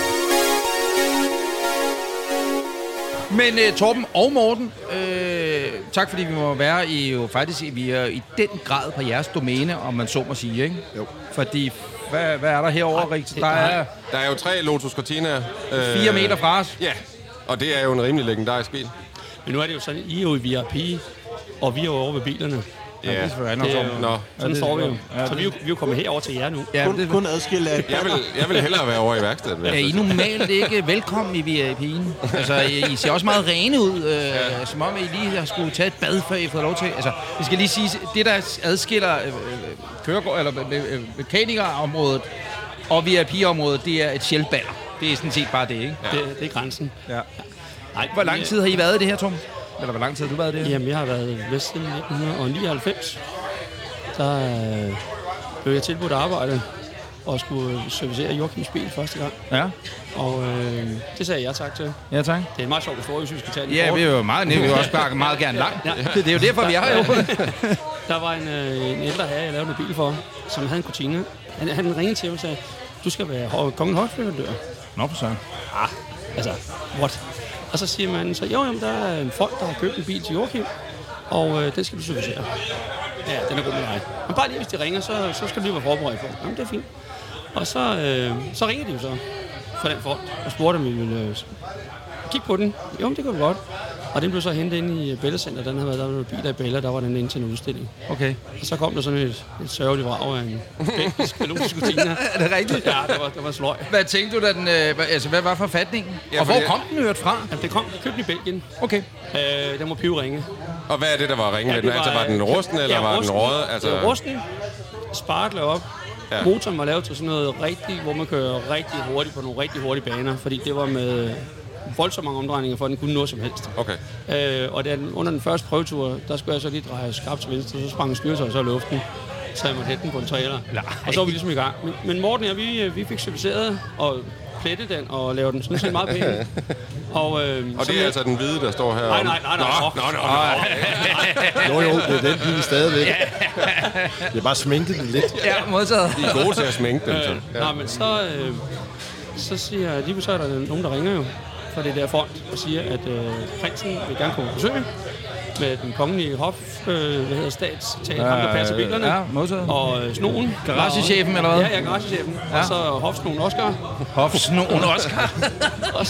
Men Torben og Morten, tak fordi vi må være vi er i den grad på jeres domæne, om man så må sige, ikke? Jo. Fordi, hvad er der herovre, Rik? Der er jo 3 Lotus Cortina. 4 meter fra os. Ja, og det er jo en rimelig legendarisk bil. Men nu er det jo sådan, I er jo i VIP, og vi er jo over ved bilerne. Ja, det er sådan står vi jo. Så vi er jo kommet herover til jer nu. Ja, kun adskilt af. Jeg vil hellere være over i værkstedet. Er I normalt ikke velkommen i VIP'en? Altså, I ser også meget rene ud, som om I lige har skulle tage et bad, før I har fået lov til. Altså, vi skal lige sige, det der adskiller mekanikerområdet og VIP-området, det er et sjælballer. Det er sådan set bare det, ikke? Ja. Det er grænsen. Ja. Nej, hvor lang tid har I været i det her, Tom? Eller hvor lang tid har du været i det her? Jamen, jeg har været vist siden 1999. Der blev jeg tilbudt arbejde og skulle servicere Joachims bil første gang. Ja. Og det sagde jeg tak til. Ja, tak. Det er en meget sjov historie, hvis vi skal tage den. Ja, vi er jo meget vi vil også bare meget gerne langt. Ja. Det er jo derfor, vi er her jo. Der var en ældre herre, jeg lavede en bil for, som havde en Cortina. Han ringede til mig og sagde, du skal være kongen højtleverandør. Nå, for søren. Altså, what? Og så siger man så, jo, der er en folk, der har købt en bil til Joachim, og den skal du servicere. Ja, den er god med dig. Men bare lige, hvis de ringer, så skal du lige være forberedt på. Jamen, det er fint. Og så ringer de jo så fra den folk og spurgte, om vi ville kigge på den. Jo, det kunne vi godt. Og den blev så hentet ind i Bella Center. Der var biler i Bella, der var den inde til en udstilling. Okay. Og så kom der sådan et sørgeligt vrag af en belgisk Lotus Cortina. Er det rigtigt? Ja, det var sløj. Hvad tænkte du, da den, hvad var forfatningen? Ja, og hvor kom den hørt fra? Jamen, købte den i Belgien. Okay. Den må pive-ringe. Og hvad er det, der var ringe? Ja, var den rusten, eller var den røget? Altså... Det var rusten. Sparkler op. Ja. Motoren var lavet til sådan noget rigtigt, hvor man kører rigtig hurtigt på nogle rigtig hurtige baner, fordi det var med voldsomt mange omdrejninger, for at den kunne noget som helst. Okay. Og under den første prøvetur, der skulle jeg så lige dreje skarpt til venstre, så sprang styretøjet så i luften, så jeg måtte hætte den på en trailer. Og så var vi ligesom i gang. Men Morten og vi fik serviceret og plettet den og lavet den sådan set meget pæn. Og det er altså den hvide, der står her? Nej. Jo, det er den bil stadigvæk. Det er bare sminket den lidt. Ja, modtaget. De er gode til at sminke den. Nej, men så siger jeg, lige så er der nogen, der ringer jo fra det der front og siger, at prinsen vil gerne komme på besøg med den kongelige hof, statstale, ham der passer bilerne. Ja, modtaget. Og snoen. Garagechefen, eller hvad? Ja, garagechefen. Ja. Og så hofsnoen Oscar. Hofsnoen Oscar. Og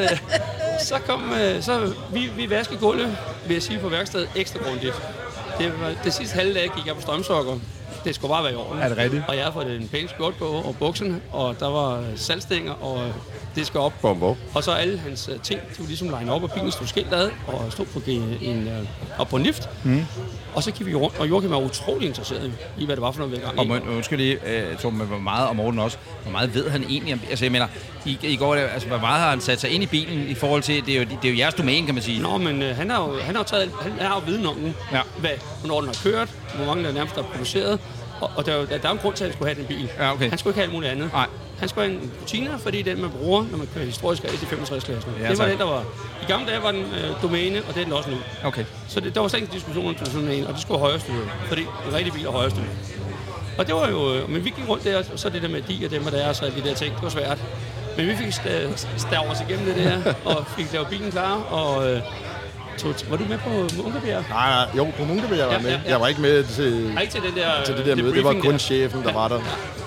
så vi vaskede gulvet, vil jeg sige, på værkstedet ekstra grundigt. Det sidste halve dag gik jeg på strømsokker. Det skulle bare være i orden. Er det rigtigt? Og jeg har fået en pæn skjort på og bukserne, og der var salgstænger, og det skal op. Bum. Og så alle hans ting, de var ligesom line op, og bilen stod skilt ad, og stod på en lift. Og så gik vi rundt, og Joachim var utrolig interesseret i, hvad det var for noget, vi var gang i. Og undskyld lige, Torben, hvor meget om Morten også, hvor meget ved han egentlig om... Altså, jeg mener, i går, altså, hvor meget har han sat sig ind i bilen i forhold til... Det er jo jeres domæne, kan man sige. Nå, men han har jo viden om den. Ja. Hvornår den har kørt, hvor mange der nærmest har produceret. Og der er en grund til, at han skulle have den bil. Ja, okay. Han skulle ikke have alt muligt andet. Nej. Han skulle have en Cortina, fordi den man bruger, når man kører historisk i 65-klassen. Ja, det var den, der var... I gamle dage var den domæne, og det er den også nu. Okay. Så der var slet ikke en diskussion om sådan en, og det skulle være højrestyret, fordi en rigtig bil er højrestyret. Og det var jo... Men vi gik rundt der, og så det der med de og dem og der, og så de der ting, det var svært. Men vi fik stavet os igennem det der, og fik lavet bilen klar, og... Var du med på Munkebjerg? Nej, jo, på Munkebjerg var jeg med. Ja. Jeg var ikke med til det der møde. Det var kun chefen, der var der.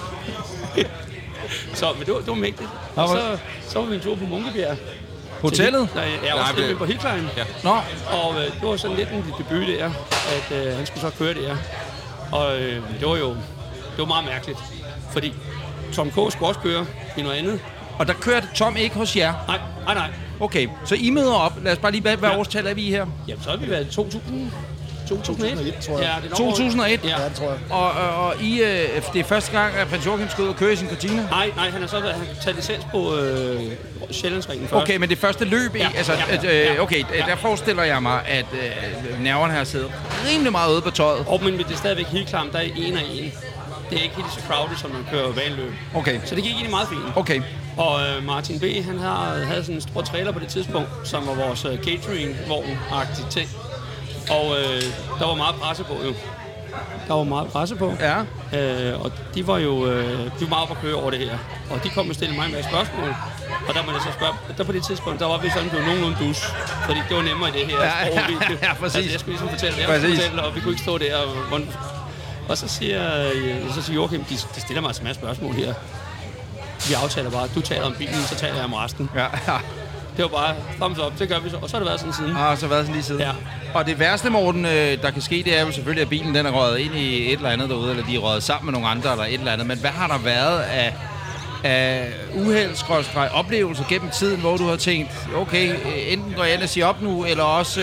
Så, men det var mægtigt. Og så var vi en tur på Munkebjerg. Hotellet? Nej, jeg var også på Hillclimb. Ja. Nå. Og det var sådan lidt en debut der, at han skulle så køre der. Og det var meget mærkeligt, fordi Tom K. skulle også køre i noget andet. Og der kørte Tom ikke hos jer? Nej. Okay, så I møder op. Lad os bare lige... Hvad årstal er vi her? Jamen, så har vi været 2001, tror jeg. Ja, det er 2001? Ja, det tror jeg. Og I, det er første gang, at prins Joachim skal ud og køre i sin Cortina? Nej, han har så taget licens på Sjællandsringen først. Okay, men det første løb, okay, der forestiller jeg mig, at nerverne har siddet rimelig meget ude på tøjet. Men det er stadigvæk helt klart, der er 1 og 1. Det er ikke helt så crowded, som man kører vanløb. Okay. Så det gik egentlig meget fint. Okay. Og Martin B., han havde sådan en stor trailer på det tidspunkt, som var vores catering-vogn-agtige ting. Og der var meget presse på jo. Ja. Og de var jo meget på at køre over det her. Og de kom og stille mig en masse spørgsmål. Og der må jeg så spørge, der på det tidspunkt, der var vi sådan blevet nogenlunde dus. Fordi det var nemmere i det her sprogvideo. Ja, præcis. Altså, jeg skulle ligesom fortælle, og vi kunne ikke stå der. Og så siger Joachim, de stiller mig en masse spørgsmål her. Vi aftaler bare, du taler om bilen, så taler jeg om resten. Ja. Det var bare thumbs up, det gør vi så. Og så har det været sådan siden. Så har det været sådan lige siden. Ja. Og det værste, Morten, der kan ske, det er jo selvfølgelig, at bilen den er røget ind i et eller andet derude, eller de er røget sammen med nogle andre, eller et eller andet. Men hvad har der været af uheld/oplevelser gennem tiden, hvor du har tænkt, okay, enten går jeg ind og siger op nu, eller også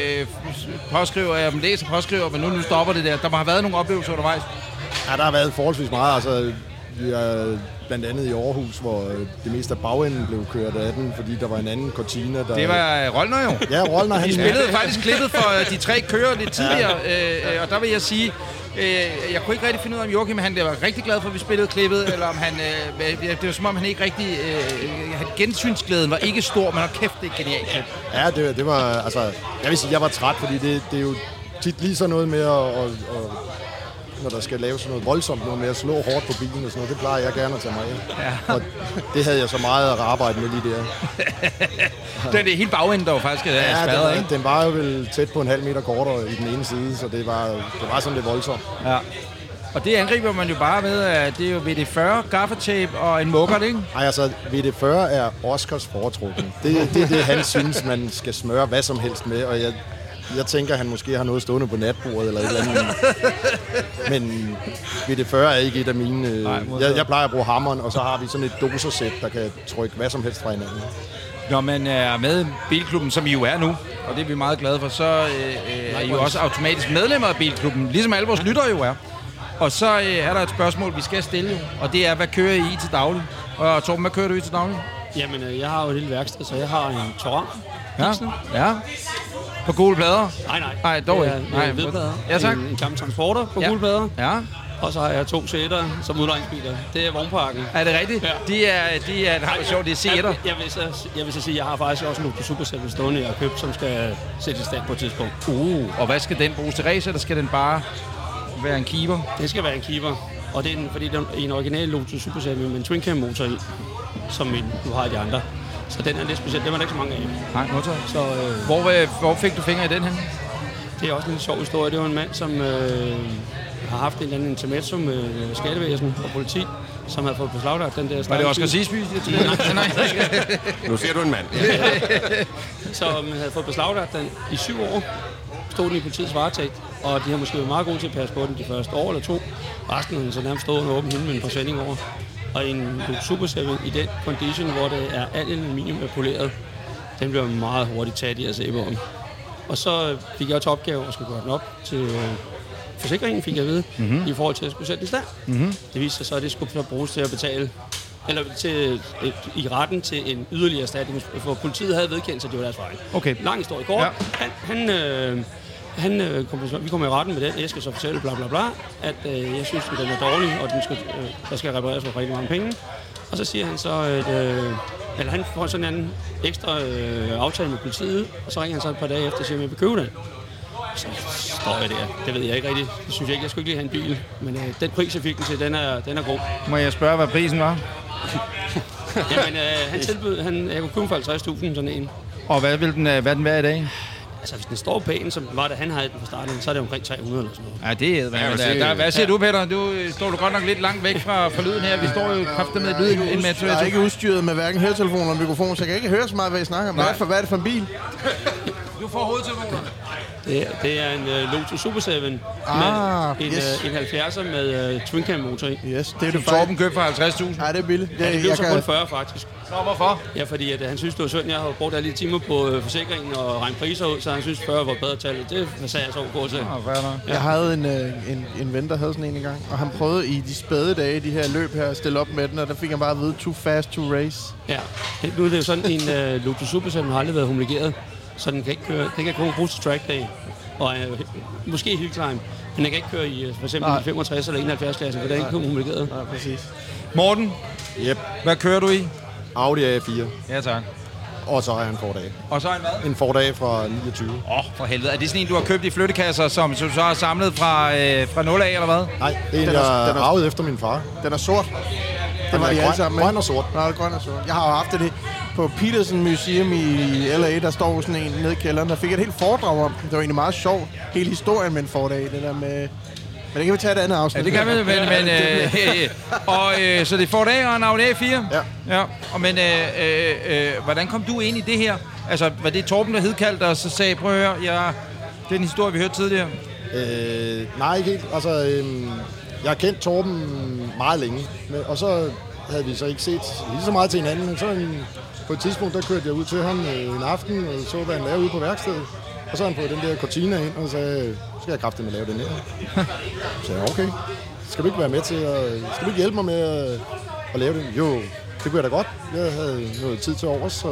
påskriver, men nu stopper det der. Der har været nogle oplevelser undervejs. Ja, der har været forholdsvis meget. Altså, vi er blandt andet i Aarhus, hvor det meste af bagenden blev kørt af den, fordi der var en anden Cortina, der... Det var Rollner jo. Ja, Rollner. De spillede faktisk klippet for de 3 kører lidt tidligere, og der vil jeg sige, jeg kunne ikke rigtig finde ud af, om Joachim han var rigtig glad for, at vi spillede klippet, eller om han... det var som om, han ikke rigtig... gensynsglæden var ikke stor, men kæft, det er genialt. Ja, det var... Altså, jeg vil sige, jeg var træt, fordi det er jo tit lige sådan noget med at når der skal laves sådan noget voldsomt, noget med at slå hårdt på bilen og sådan noget. Det plejer jeg gerne at tage mig af. Ja. Og det havde jeg så meget at arbejde med lige der. Det er helt bagenden, der var faktisk spadet, ikke? Den var jo vel tæt på en halv meter kortere i den ene side, så det var sådan lidt voldsomt. Ja. Og det angriber man jo bare ved, at det er jo VD40, gaffatape og en mukkert, ikke? Nej, altså VD40 er Oscars foretrukken. Det er det, han synes, man skal smøre hvad som helst med, og jeg tænker, han måske har noget stående på natbordet eller et eller andet. Men VD40 er ikke et af mine... Jeg plejer at bruge hammeren, og så har vi sådan et dosersæt, der kan trykke hvad som helst fra hinanden. Når man er med i Bilklubben, som I jo er nu, og det er vi meget glade for, så er I jo også automatisk medlemmer af Bilklubben, ligesom alle vores lyttere jo er. Og så er der et spørgsmål, vi skal stille, og det er, hvad kører I til daglig? Og Torben, hvad kører du i til daglig? Jamen, jeg har jo et lille værksted, så jeg har en Touran. Ja. På gule plader? Nej, dog ikke. Nej, hvidplader. Ja, tak. En gammel transporter på gule plader. Ja. Og så har jeg 2 sætter som udlejningsbiler. Det er vognparken. Er det rigtigt? Ja. Det er sjovt, det er sætter. Jeg vil så sige, at jeg har faktisk også en Lotus Supercell stående, jeg har købt, som skal sættes i stand på et tidspunkt. Og hvad skal den bruges til race, eller skal den bare være en keeper? Det skal være en keeper. Og det er fordi det er en original Lotus Supercell med en twin cam motor i, som du har i de andre. Så den er lidt speciel. Det var der ikke så mange af. Nej, motor. Så hvor fik du fingre i den hen? Det er også en lidt sjov historie. Det var en mand, som har haft en eller anden intermezzo med skattevæsen og politi, som havde fået beslaglagt den der... Var det Oscar Sisby? Nej. Nu ser du en mand. Som havde fået beslaglagt den i 7 år. Stod den i politiets varetægt. Og de har måske været meget gode til at passe på den de første år eller 2. Resten har så nærmest stået under åben himmel med en forsending over. Og en Super 7 i den condition, hvor det er alt aluminium er poleret, den bliver meget hurtigt taget i at se på. Og så fik jeg til opgave at skulle gøre den op til forsikringen, fik jeg at vide, i forhold til at skulle sætte den i stand. Det viste sig så, at det skulle bruges til at betale eller i retten til en yderligere erstatning, for politiet havde vedkendt sig, det var deres fejl. Okay. Lang historie kort. Ja. Vi kommer i retten med den, jeg skal så fortælle bla bla bla, at jeg synes, at den er dårlig, og der skal repareres for rigtig mange penge. Og så siger han så, at han får sådan en ekstra aftale med politiet, og så ringer han så et par dage efter og siger, at jeg vil købe den. Så står jeg der. Det ved jeg ikke rigtigt. Det synes jeg ikke. Jeg skulle ikke lige have en bil. Men den pris, jeg fik den til, den er god. Må jeg spørge, hvad prisen var? Jamen, han tilbød, jeg kunne købe for 50.000 sådan en. Og hvad vil den være i dag? Altså, hvis den står pæn, som var det, han havde den fra starten, så er det omkring 300 eller sådan noget. Ja, det er hvad siger du, Peter? Du står godt nok lidt langt væk fra lyden her. Vi står jo kraftigt med lyd ind med. Jeg er ikke udstyret med hverken høretelefoner eller mikrofon, så jeg kan ikke høre så meget, hvad I snakker om. Hvad er det for en bil? Du får hovedtelefonerne. Det er en Lotus Super 7 med en 70'er med twin cam motor i. Yes, det er det Torben købte for 50.000. Nej, det er billigt. Det blev så kun 40 faktisk. Så hvorfor? Ja, fordi at han synes, det var synd, jeg havde brugt alle de timer på forsikringen og regnet priser ud, så han synes 40 var bedre tallet. Det sagde jeg så god til. Ja. Jeg havde en ven, der havde sådan en engang, og han prøvede i de spæde dage, de her løb her, at stille op med den, og der fik han bare at vide, too fast to race. Ja, nu er det jo sådan, en Lotus Super 7 har aldrig været homologeret. Så den kan ikke køre, den kan bruges til track day, og måske hill climb, men den kan ikke køre i for eksempel 65 eller 71 klasse, for det er ikke homologeret. Nej, præcis. Morten, hvad kører du i? Audi A4. Ja, tak. Og så har jeg en Ford A. Og så en hvad? En Ford A fra 29. For helvede. Er det sådan en, du har købt i flyttekasser, som du så har samlet fra 0 af, eller hvad? Nej, det er en, jeg har arvet efter min far. Den er sort. Det var de alle sammen. Grøn og sort. Nej, grøn og sort. Jeg har jo haft det på Peterson Museum i LA, der står sådan en nede i kælderen, der fik et helt foredrag om. Det var egentlig meget sjovt. Hele historien med en Ford A, det der med... Men det kan vi tage et andet afsnit. Ja, det kan vi, men så det er Ford A og en Audi A4? Ja. Og men hvordan kom du ind i det her? Altså, var det Torben, der hedkaldte og så sagde, prøv at høre, det er en historie, vi hørte tidligere. Nej, ikke helt. Altså, jeg har kendt Torben meget længe, og så havde vi så ikke set lige så meget til hinanden, men så på et tidspunkt, der kørte jeg ud til ham en aften, og så hvad han lavede ude på værkstedet. Og så har han fået den der Cortina ind, og sagde, skal jeg kraftigt med at lave den her? Så sagde jeg, okay, skal du ikke være med til skal du ikke hjælpe mig med at lave den? Jo, det kunne jeg da godt. Jeg havde noget tid til overs,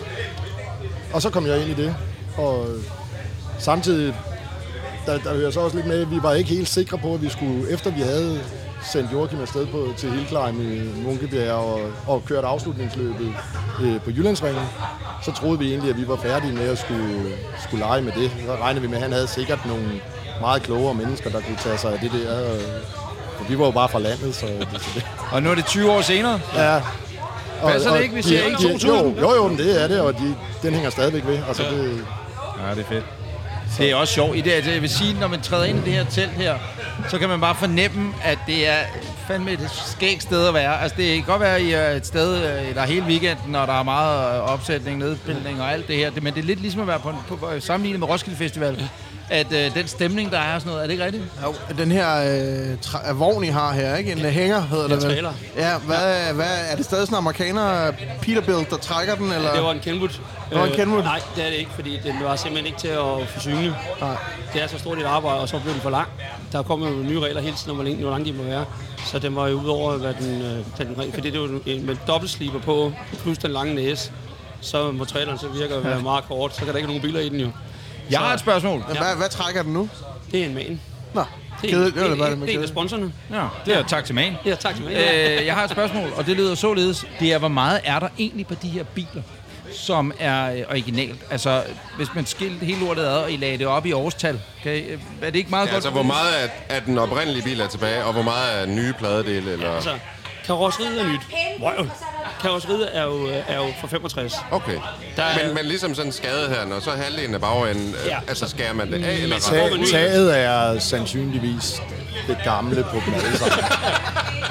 og så kom jeg ind i det. Og samtidig, der hører så også lidt med, at vi var ikke helt sikre på, at vi skulle, efter vi havde sendt Joachim afsted til Hillclimb i Munkebjerg og kørt afslutningsløbet på Jyllandsringen, så troede vi egentlig, at vi var færdige med at skulle lege med det. Så regnede vi med, at han havde sikkert nogle meget klogere mennesker, der kunne tage sig af det der. For vi var jo bare fra landet, så det. Og nu er det 20 år senere? Ja. Passer det ikke? Vi siger ikke 2000? Jo, det er det, og den hænger stadigvæk ved. Altså, ja, det er fedt. Det er også sjovt i det, at jeg vil sige, når man træder ind i det her telt her, så kan man bare fornemme, at det er fandme et skægt sted at være. Altså, det kan godt være i et sted, der hele weekenden, når der er meget opsætning, nedspilning og alt det her. Men det er lidt ligesom at være på sammenlignet med Roskilde Festival. At den stemning, der er og sådan noget, er det ikke rigtigt? Jo, den her vogn, I har her, ikke? En hænger, hedder det vel? Ja, hvad er det stadig sådan amerikaner Peterbilt, der trækker den? Eller? Ja, det var en Kenwood. Nej, det er det ikke, fordi den var simpelthen ikke til at forsyne. Nej. Det er så stort et arbejde, og så blev den for lang. Der kommer jo nye regler hele tiden, hvor lang de må være. Så den var jo udover, hvad den fordi det var med dobbeltsliber på, plus den lange næse. Så må traileren så virker at være meget kort, så kan der ikke nogen biler i den jo. Jeg har et spørgsmål. Ja. Hvad trækker den nu? Det er en Man. Nå, det er en af sponsorerne. Ja, det er tak til Man. Ja, tak til Man. Jeg har et spørgsmål, og det lyder således. Det er, hvor meget er der egentlig på de her biler, som er originalt? Altså, hvis man skilte hele lortet ad, og I lagde det op i årstal, er det ikke meget godt? Altså, hvor meget af den oprindelige bil er tilbage, og hvor meget er nye pladedele? Eller? Altså, karosseriet er nyt. Wow. Karosseriet er jo fra 65. Okay. Men ligesom sådan en skade her, når så halvdelen af bagenden, altså skærer man det af? Eller taget er sandsynligvis det gamle på dem alle sammen.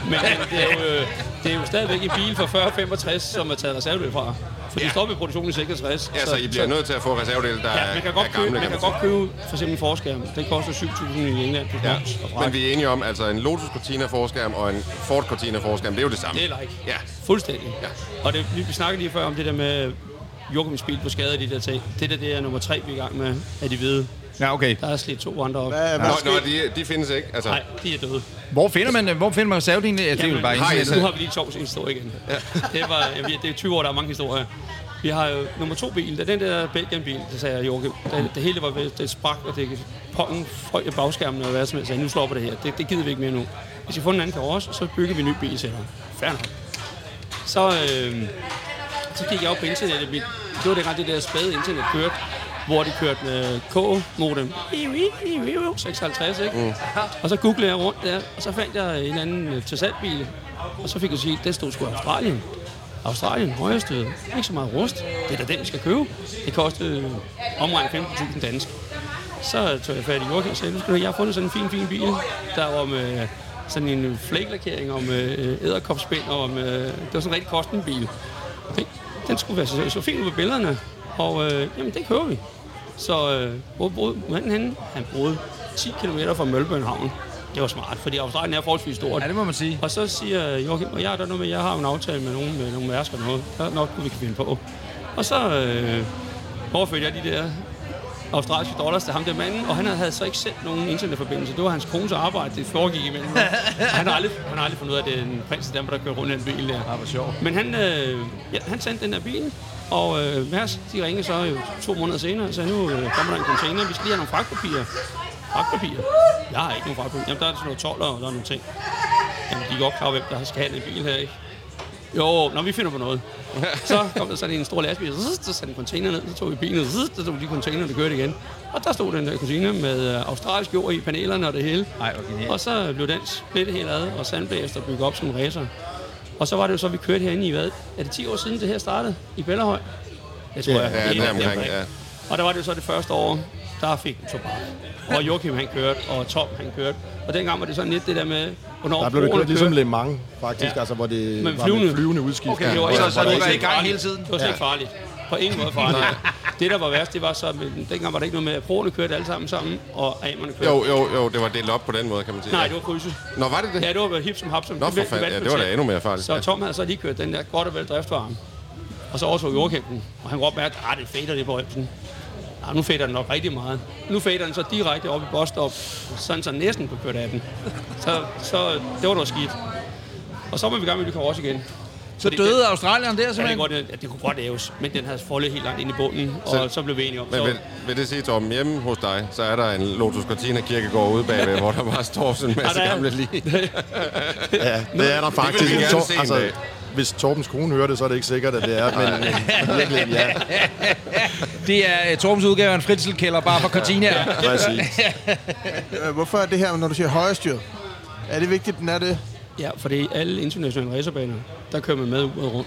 Men det er jo stadigvæk en bil fra 40-65, som er taget reservedel fra. For de står ved produktionen i 66. Ja, så I bliver nødt til at få reservedel, der man kan godt købe for eksempel en forskærm. Den koster 7.000 i England. Ja. Men vi er enige om, altså en Lotus Cortina forskærm og en Ford Cortina forskærm, det er jo det samme. Det er like. Ja. Fuldstændig. Ja. Og vi snakkede lige før om det der med Joachims bil på skade og de der ting. Det er nummer 3, vi er i gang med, af de hvide. Ja, okay. Der er slidt 2 andre op. De findes ikke. Altså. Nej, de er døde. Hvor finder man reservedelen? Ja, det er jo bare nu har vi lige en sjov historie igen. Ja. Det er 20 år, der er mange historier. Vi har jo nummer 2 bil, det er den der Belgien-bil, det sagde jeg, Joachim. Det hele var ved, det sprak, og det pollen frøg i bagskærmen og hvad som helst. Nu slår på det her. Det gider vi ikke mere nu. Hvis vi får en anden karosse, så bygger vi en ny bil til dig. Fair nok. Så gik jeg op på internettet. Det var det der spæde internet kørte, hvor de kørte med K-modem. 56, ikke? Mm. Og så googlede jeg rundt der, og så fandt jeg en anden til salgbil. Og så fik jeg sige, det stod sgu Australien. Australien, højrestød. Ikke så meget rust. Det er da den, vi skal købe. Det kostede omregnet 15.000 dansk. Så tog jeg fat i Joachim og sagde, jeg har fundet sådan en fin bil, der var med sådan en flake-lakering og med edderkopspind, og det var sådan en rigtig kostende bil. Den skulle være så fin ud på billederne, og jamen det kører vi. Så hvor boede manden henne? Han boede 10 km fra Melbourne havn. Det var smart, fordi Australien er forholdsvis stort. Ja, det må man sige. Og så siger Joachim, og jeg er der noget med, jeg har en aftale med nogle mærsker og noget. Der er nok, vi kan finde på. Og så overførte jeg de der australske dollars til ham der manden, og han havde så ikke sendt nogen internetforbindelse. Det var hans kones arbejde, det foregik imellem. Han har aldrig fundet ud af, at det er en prins i Danmark, der kører rundt i den bil der. Det var sjovt. Men han sendte den her bil, og Mærsk, de ringede så jo 2 måneder senere, så nu kommer der en container, vi skal lige have nogle fragtpapirer. Fragtpapirer? Jeg har ikke nogen fragtpapirer. Jamen, der er sådan noget toller, og der er nogle ting. Jamen, de er godt klar, hvem der skal have en bil her, ikke? Jo, når vi finder på noget. Så kom der sådan en stor lastbil, så satte en container ned, så tog vi bilen, så tog de container, der kørte igen. Og der stod den der container med australsk jord i panelerne og det hele. Ej, og så blev den splittet helt ad, og sandblæst og bygget op som en racer. Og så var det jo så, vi kørte herinde i hvad? Er det 10 år siden, det her startede? I Bellahøj? Det tror jeg. Ja, det er omkring, ja. Og der var det jo så det første år, der fik den tobak. Og Joachim han kørte, og Tom han kørte. Og dengang var det sådan lidt det der med, hvornår der blev det kørt ligesom Le Mans, faktisk, altså hvor det var med flyvende udskift. Okay, så du var i gang hele tiden? Det var slet ikke farligt. På ingen måde farligt. Det, der var værst, det var så, dengang var der ikke noget med, at proerne kørte alle sammen, og amerne kørte. Jo, det var delt op på den måde, kan man sige. Nej, det var krydset. Nå, var det det? Ja, det var hip som hap som. Nå, for fanden, ja, det var da endnu mere farligt. Så Tom havde så lige kørt den der godt og vel driftvarme. Og så overtog Joachim den, og han råbte at det fader det på rømsen. Nu fader den nok rigtig meget. Nu fader den så direkte op i busstop, sådan så næsten på kørt af den. Så det var noget skidt. Og så var vi i gang med, at vi kommer også igen. Så døde Australien der simpelthen? Ja, det kunne godt laves, men den havde foldet helt langt ind i bunden, og så blev vi enige om. Men vil det sige, Torben, hjemme hos dig, så er der en Lotus Cortina kirkegård ude bagved, hvor der bare står sådan en masse gamle lige. Ja, det er der faktisk. Hvis Torbens kone hører det, så er det ikke sikkert, at det er, men virkelig, ja. Det er Torbens udgave af en fritselkælder, bare for Cortina. Ja, præcis. Hvorfor er det her, når du siger højrestyret? Er det vigtigt, den er det? Ja, for det er alle internationale racerbaner, der kører man med ud og rundt.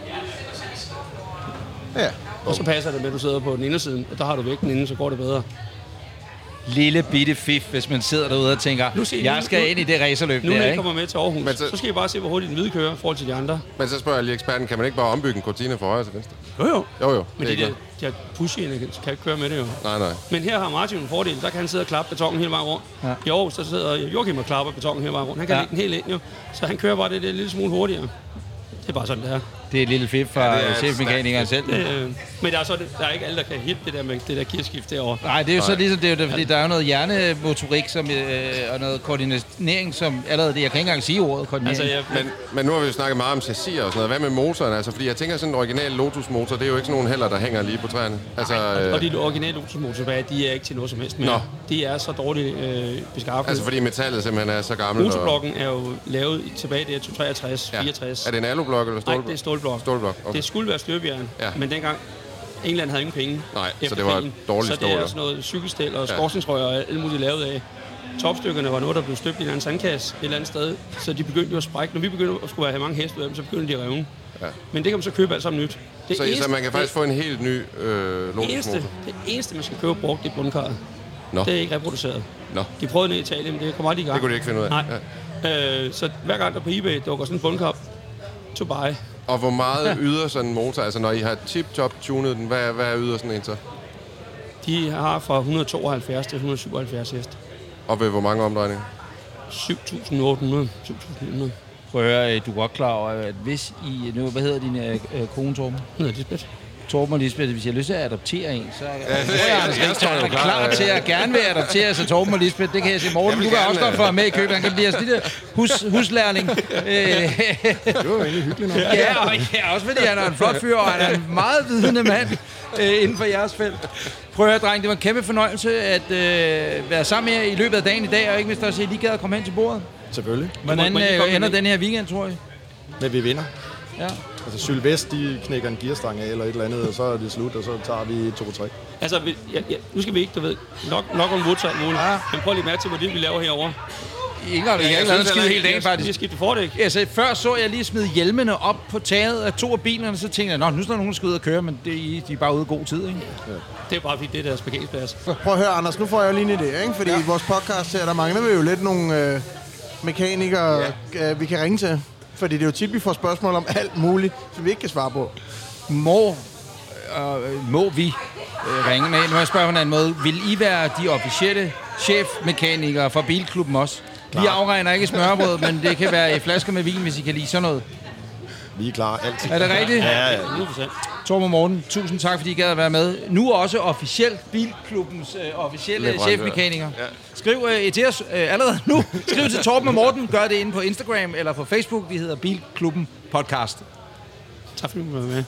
Ja. Og så passer det med, at du sidder på den indersiden, og der har du vægten inden, så går det bedre. Lille bitte fif, hvis man sidder derude og tænker, jeg skal ind i det racerløb der, ikke? Nu jeg kommer med til Aarhus, så skal I bare se, hvor hurtigt den hvide kører i forhold til de andre. Men så spørger jeg lige eksperten, kan man ikke bare ombygge en Cortina fra højre til venstre? Jo. Men de her pushene kan ikke køre med det jo. Nej. Men her har Martin en fordel, der kan han sidde og klappe betongen hele vejen rundt. Ja. I Aarhus, så sidder Joachim og klapper betongen hele vejen rundt. Han kan lægge den helt ind jo, så han kører bare det lille smule hurtigere. Det er bare sådan, det er. Det er et lille fif fra chefmekanikeren selv. Men der er ikke alle, der kan hitte det der med det der gearskift derovre. Nej, det er jo så ligesom det, fordi der er jo noget hjernemotorik og noget koordinering, som allerede det, jeg kan ikke engang sige ordet koordinering. Altså, men nu har vi jo snakket meget om chassis og sådan noget. Hvad med motoren? Altså, fordi jeg tænker sådan en original Lotus-motor, det er jo ikke sådan nogen heller, der hænger lige på træerne. Altså, og de originale Lotus-motorer, de er ikke til noget som helst mere. De er så dårligt beskaffet. Altså fordi metallet simpelthen er så gammelt. Motorblokken er jo lavet tilbage der 263, 64. Er det en alublok eller stålblok? Nej, det er stålblok. Okay. Det skulle være støbjern, men dengang England havde ingen penge. Nej, så det var dårligt stål. Så det er sådan noget cykelstel og skorstensrør og alt muligt lavet af. Topstykkerne var noget, der blev støbt i en sandkasse et eller andet sted, så de begyndte jo at sprække. Når vi begyndte at skulle have mange heste ud af dem, så begyndte de at revne. Ja. Men det kan man så købe alt sammen nyt. Så man kan faktisk få en helt ny Lotus-motor? Det eneste, man skal købe brugt, det er bundkarret. No. Det er ikke reproduceret. No. De prøvede ned i Italien, men det kommer aldrig i gang. Det kunne de ikke finde ud af. Nej. Så hver gang der på eBay dukker sådan en bundkap, to buy. Og hvor meget yder sådan en motor? Altså når I har tip-top tunet den, hvad yder sådan en så? De har fra 172 til 177 heste. Og ved hvor mange omdrejninger? 7.800. 7.900. Prøv at høre, du er godt klar over, at hvis I... Nu, hvad hedder din kone, Torben? Hun hedder Lisbeth. Torben og Lisbeth, hvis jeg har lyst til at adoptere en, så er klar til at gerne vil adoptere sig Torben og Lisbeth. Det kan jeg sige. Morten, du kan også godt få med i købet. Han kan blive sådan lidt huslærling. Det var jo egentlig hyggeligt nok. Ja, også fordi han er en flot fyr, og han er en meget vidende mand inden for jeres felt. Prøv at høre, dreng, det var en kæmpe fornøjelse at være sammen med jer i løbet af dagen i dag, og ikke mindst også, at I lige gad at komme hen til bordet. Selvfølgelig. Hvordan ender den her weekend, tror I? Men vi vinder. Ja. Altså Sylvest, de knækker en gearstang af eller et eller andet, og så er det slut, og så tager vi 2-3. Altså, nu skal vi ikke, du ved, nok om Woods og alt muligt. Ja. Men prøv lige mærke til, hvad det vi laver herovre. Ikke har lavet skide hele dagen, faktisk. Vi har skiftet fordæk. Altså, før så jeg lige smide hjelmene op på taget af 2 af bilerne, så tænkte jeg, nu står nogen, der skal ud og køre, men de er bare ude i god tid, ikke? Ja. Det er bare fordi, det er deres parkeringsplads. Prøv at høre, Anders, nu får jeg jo lige en idé, ikke? Fordi i vores podcast her, der mangler vi jo lidt nogle mekanikere, vi kan ringe til. Fordi det er jo tit, vi får spørgsmål om alt muligt, som vi ikke kan svare på. Må vi ringe med? Nu har jeg spørget på en anden måde. Vil I være de officielle chefmekanikere fra Bilklubben også? Vi afregner ikke smørbrød, men det kan være flasker med vin, hvis I kan lide sådan noget. Vi er klar altid. Er det rigtigt? Ja. 100%. Torben og Morten, tusind tak, fordi I gad at være med. Nu også officielt Bilklubbens officielle chefmekaniker. Ja. Skriv til os allerede nu. Skriv til Torben og Morten. Gør det inde på Instagram eller på Facebook. Vi hedder Bilklubben Podcast. Tak fordi du var med.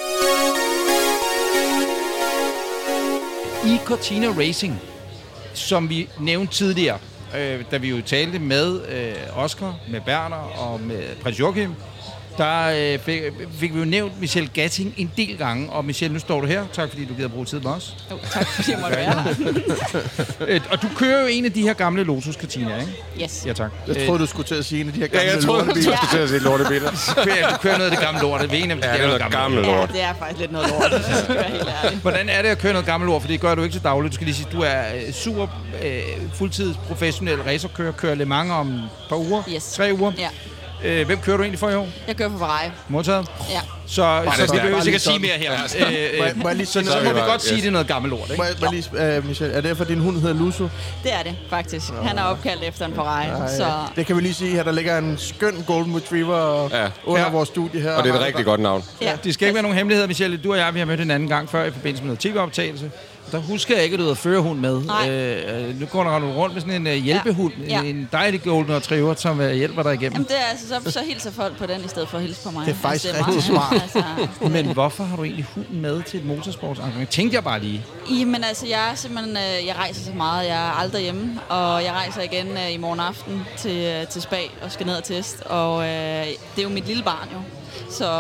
I Cortina Racing, som vi nævnte tidligere, da vi jo talte med Oscar, med Berner og med prins Joachim, der fik vi jo nævnt Michelle Gatting en del gange. Og Michelle, nu står du her. Tak fordi du gider bruge tid med os. Jo, tak fordi jeg måtte være her. Og du kører jo en af de her gamle Lotus Cortina, ikke? Yes. Ja, tak. Jeg troede, du skulle til at sige en af de her gamle jeg troede, du skulle til at sige lortebiler. Du kører noget af det gamle lort. Det er en af de noget gamle lort. Ja, det er faktisk lidt noget lort. Det skal være helt ærligt. Hvordan er det at køre noget gammelt lort? For det gør du ikke så dagligt. Du skal lige sige, du er super fuldtids professionel racerkører. Kører Le Mans om et par uger. Yes. 3 uger. Ja. Hvem kører du egentlig for i år? Jeg kører for Ferrari. Modtaget? Ja. Så vi behøver ikke at sige mere her. Så må vi godt sige, det er noget gammelt lort, ikke? Michelle, er det for din hund hedder Lusso? Det er det, faktisk. Han er opkaldt efter en Ferrari. Så det kan vi lige sige her. Der ligger en skøn Golden Retriever under vores studie her. Og det er et rigtig godt navn. ja. Det skal ikke være nogen hemmeligheder, Michelle. Du og jeg, vi har mødt en anden gang før i forbindelse med noget tv-optagelse. Der husker jeg ikke, at du havde førerhund med. Nu går der rundt med sådan en hjælpehund. Ja. En dejlig Golden Retriever, som hjælper dig igennem. Jamen, det er altså, så hilser folk på den, i stedet for at hilse på mig. Det er faktisk det er rigtig meget, smart. Men hvorfor har du egentlig hunden med til et motorsportsarrangement? Tænkte jeg bare lige. Jamen altså, jeg er simpelthen, jeg rejser så meget. Jeg er aldrig hjemme, og jeg rejser igen i morgen aften til Spa og skal ned og teste. Og det er jo mit lille barn jo. Så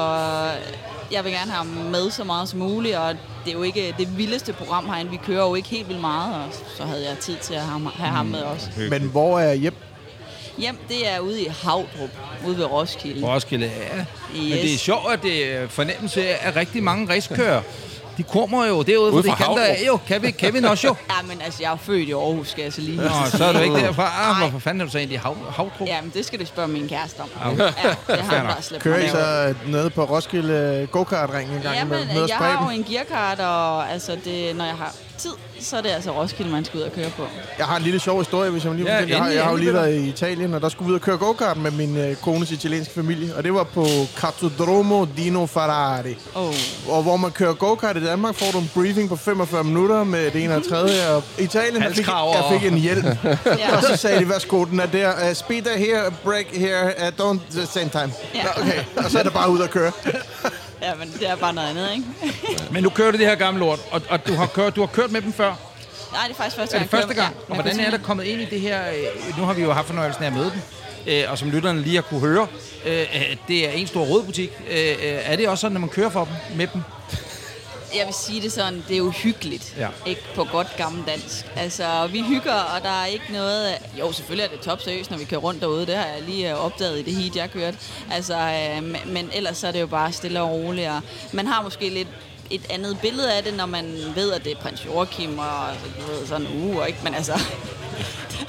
jeg vil gerne have ham med så meget som muligt, og det er jo ikke det vildeste program herinde. Vi kører jo ikke helt vildt meget, og så havde jeg tid til at have ham med også. Men hvor er Jep? Hjem, det er ude i Havdrup, ude ved Roskilde. Roskilde, ja. Yes. Men det er sjovt, at det er fornemmelse af rigtig mange racekører. De kommer jo derude Ude fra fra kanter af jo. Kevin også jo. Ja, men altså, jeg er født i Aarhus, skal jeg så lige. Nå, så er du ikke derfra. Hvorfor fanden er du så egentlig Havdrup? Ja, men det skal du spørge min kæreste om. Okay. Ja, det har jeg bare slæbt Kører mig I så nede på Roskilde go-kart-ringen en gang? Ja, men med jeg har jo en gearkart, og altså, når jeg har tid, så er det altså Roskilde, man skal ud og køre på. Jeg har en lille sjov historie, hvis jeg lige Ja, fortæller. Jeg har jo lige været i Italien, og der skulle vi ud og køre go-kart med min kones italienske familie. Og det var på Cartodromo Dino Ferrari. Og hvor man kører go-kart i Danmark, får du en briefing på 45 minutter med det ene og tredje. Og i Italien jeg fik en hjælp. Og så sagde de, værsgo, den er der. Speed here, brake here, don't same time. Ja. Okay, og så er det bare ud at køre. Ja, men det er bare noget andet, ikke? Men nu kører du det her gamle lort, og du har kørt med dem før? Nej, det er faktisk første Er gang. det første gang? Og hvordan er der kommet ind i det her? Nu har vi jo haft fornøjelsen af at møde dem, og som lytterne lige har kunne høre, det er en stor rådbutik. Er det også sådan, når man kører for dem, med dem? Jeg vil sige det sådan, det er jo hyggeligt, ikke på godt gammel dansk. Altså, vi hygger, og der er ikke noget... Jo, selvfølgelig er det topseriøst, når vi kører rundt derude. Det har jeg lige opdaget i det heat, jeg kørt. Altså, men ellers så er det jo bare stille og roligt. Og man har måske lidt et andet billede af det, når man ved, at det er prins Joachim og du ved, sådan ikke? Men altså...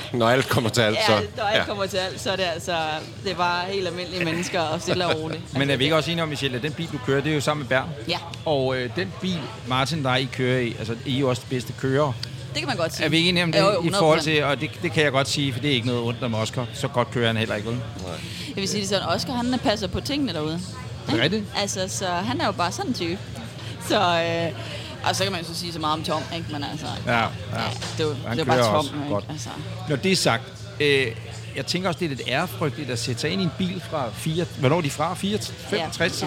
Når alt kommer til alt, så... Ja, når alt kommer til alt, så er det altså... Det er bare helt almindelige mennesker og stille og roligt. Men er vi ikke også enige om, Michelle, at den bil, du kører, det er jo sammen med Bernd? Ja. Og den bil, Martin, der I kører i, altså I er jo også de bedste kører. Det kan man godt sige. Er vi ikke enige om det jo, i forhold til... Og det kan jeg godt sige, for det er ikke noget ondt om Oscar. Så godt kører han heller ikke, vel? Nej. Jeg vil sige det sådan, Oscar, han passer på tingene derude. Er det rigtigt? Altså, så han er jo bare sådan en type. Så... og så kan man jo så sige så meget om Tom, ikke? Men altså... Ja. Det er jo bare Tom, ikke? Godt. Altså. Når det er sagt... jeg tænker også, det er lidt ærefrygtigt at sætte sig ind i en bil fra 4... Hvornår er de fra? 65?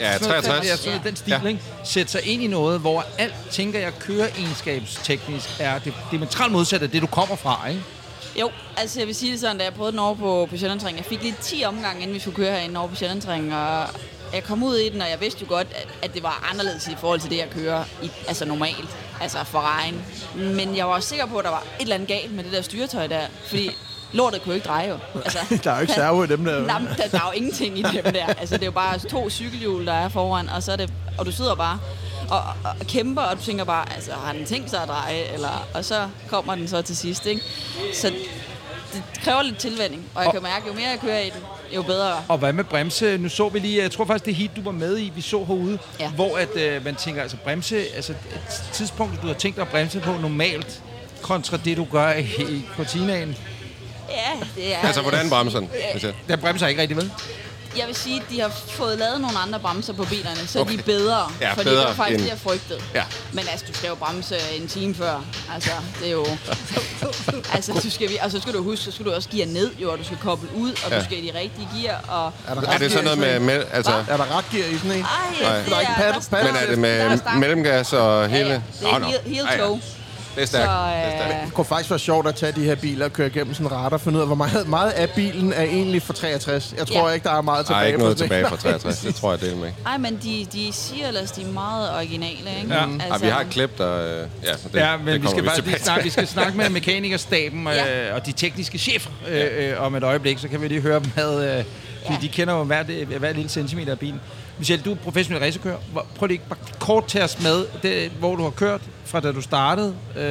63. Ja, den stil, ikke? Sætte sig ind i noget, hvor alt, tænker jeg, køreegenskabsteknisk er det diametralt modsat af det, du kommer fra, ikke? Jo, altså jeg vil sige det sådan, da jeg prøvede den over på Sjællandsringen. Jeg fik lige 10 omgange, inden vi skulle køre herinde over på Sjællandsringen, og jeg kom ud i den, og jeg vidste jo godt, at det var anderledes i forhold til det, jeg kører altså normalt, altså for regn. Men jeg var også sikker på, at der var et eller andet galt med det der styretøj der, fordi lortet kunne jo ikke dreje jo. Altså, der er jo ikke servo i dem der. Der er jo ingenting i dem der. Altså det er jo bare 2 cykelhjul, der er foran, og så er det, og du sidder bare og kæmper, og du tænker bare, altså har den tænkt sig at dreje, eller, og så kommer den så til sidst, ikke? Så det kræver lidt tilvænning, og jeg kan mærke, jo mere jeg kører i den, jo bedre. Og hvad med bremse? Nu så vi lige, jeg tror faktisk, det heat, du var med i, vi så herude, hvor at, man tænker, altså bremse, altså et tidspunkt, du har tænkt dig at bremse på normalt, kontra det, du gør i Cortinaen. Ja, det er... Altså, hvordan bremser den? Den bremser ikke rigtig, vel? Jeg vil sige, at de har fået lavet nogle andre bremser på bilerne, så de er bedre. Ja, fordi bedre det var faktisk det, jeg frygtede. Ja. Men altså, du skal jo bremse en time før. Altså, det er jo... altså, og så skal du huske, så skal du også gear ned, jo, og du skal koble ud, og du skal i de rigtige gear, og... Er det sådan noget med altså... Er der ratgear i sådan en? Nej, der er ikke paddle. Men er det med mellemgas og hele... Ja, det er heel toe. Det er stærkt. Det kunne faktisk være sjovt at tage de her biler og køre igennem sådan en radar og finde ud af, hvor meget af bilen er egentlig fra 63. Jeg tror ikke, der er meget tilbage. Nej, ikke noget tilbage fra 63. Det tror jeg, det er med. Nej, men de siger ellers, de er meget originale, ikke? Ja. Altså, vi har et klip, der... men vi skal snakke med mekanikerstaben og de tekniske chefer om et øjeblik, så kan vi lige høre dem med... De kender jo hver lille centimeter af bilen. Michelle, du er professionel racerkører. Prøv lige bare kort tage os med, hvor du har kørt, fra da du startede,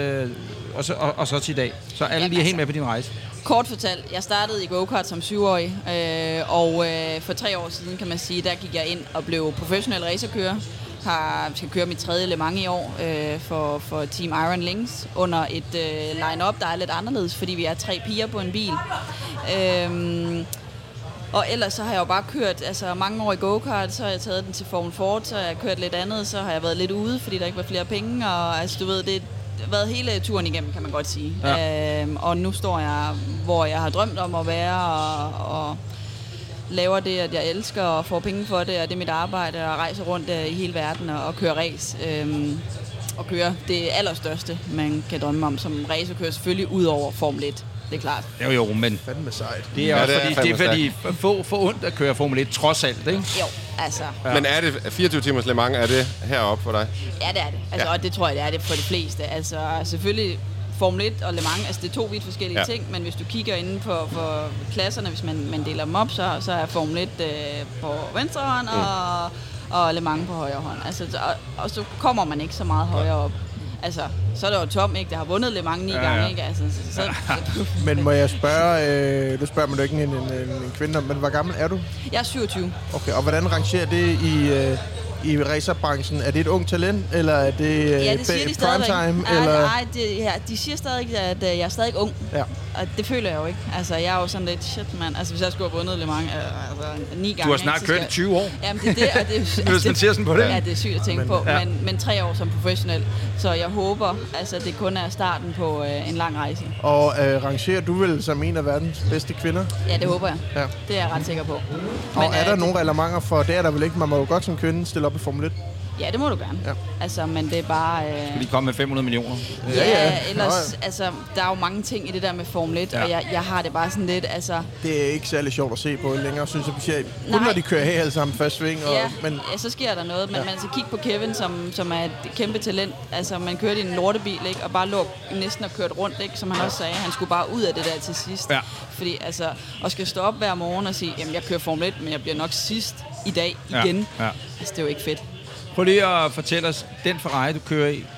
og så til i dag. Så alle lige er helt med på din rejse. Kort fortalt, jeg startede i go-kart som 7-årig, og for 3 år siden, kan man sige, der gik jeg ind og blev professionel racerkører. Skal køre mit 3. Le Mans i år for Team Iron Lynx under et line-up, der er lidt anderledes, fordi vi er 3 piger på en bil. Og ellers så har jeg jo bare kørt mange år i go-kart, så har jeg taget den til Formel Ford, så har jeg kørt lidt andet, så har jeg været lidt ude, fordi der ikke var flere penge, og altså du ved, det har været hele turen igennem, kan man godt sige. Ja. Og nu står jeg, hvor jeg har drømt om at være, og laver det, at jeg elsker, og får penge for det, og det er mit arbejde, og rejser rundt i hele verden og kører race. Og køre det allerstørste, man kan drømme om som racerkører, selvfølgelig ud over Formel 1. Det er klart. Jo, men fandme sejt. Det er også fordi få ondt at køre Formel 1 trods alt, ikke? Jo, altså. Ja. Men er det 24 timers Le Mans, er det heroppe for dig? Ja, det er det. Altså, og det tror jeg, det er det for de fleste. Altså, selvfølgelig Formel 1 og Le Mans, altså det er 2 vidt forskellige ting, men hvis du kigger inden på klasserne, hvis man deler dem op, så er Formel 1 på venstre hånd og Le Mans på højre hånd. Altså, og så kommer man ikke så meget højere op. Altså, så er det jo Tom, ikke? Der har vundet Le Mans 9 gange, ikke? Altså, Men må jeg spørge, du spørger mig ikke en kvinde, men hvor gammel er du? Jeg er 27. Okay, og hvordan rangerer det i racerbranchen? Er det et ungt talent, eller er det, det siger de primetime? Nej, de siger stadig, at jeg er stadig ung. Ja. Og det føler jeg jo ikke. Altså, jeg er jo sådan lidt shit, mand. Altså, hvis jeg skulle have vundet Le Mans 9 gange... Du har snart kørt i 20 år. Jamen, det er det, og det hvis man ser sådan på det. Ja, det er sygt at tænke på. Men 3 år som professionel. Så jeg håber, altså, det kun er starten på en lang rejse. Og rangerer du vel som en af verdens bedste kvinder? Ja, det håber jeg. Ja. Det er jeg ret sikker på. Og er der nogle reglementer for det? Er der vel ikke? Man må jo godt som kvinde stille op i Formel 1. Ja, det må du gerne. Ja. Altså, men det er bare... Skal de komme med 500 millioner? Ja, ellers... Altså, der er jo mange ting i det der med Formel 1, og jeg har det bare sådan lidt, altså... Det er ikke særlig sjovt at se på længere, synes jeg. Kun når de kører her alle sammen fast sving. Ja, så sker der noget. Men man skal kigge på Kevin, som er et kæmpe talent. Altså, man kørte i en lortebil, ikke? Og bare lå næsten og kørt rundt, ikke? Som han også sagde. Han skulle bare ud af det der til sidst. Ja. Fordi, altså... Og skal stå op hver morgen og sige, jamen, jeg kører Formel 1, men jeg bliver nok sidst i dag igen. Ja. Altså, det er jo ikke fedt. Prøv lige at fortælle os, den Ferrari, du kører i,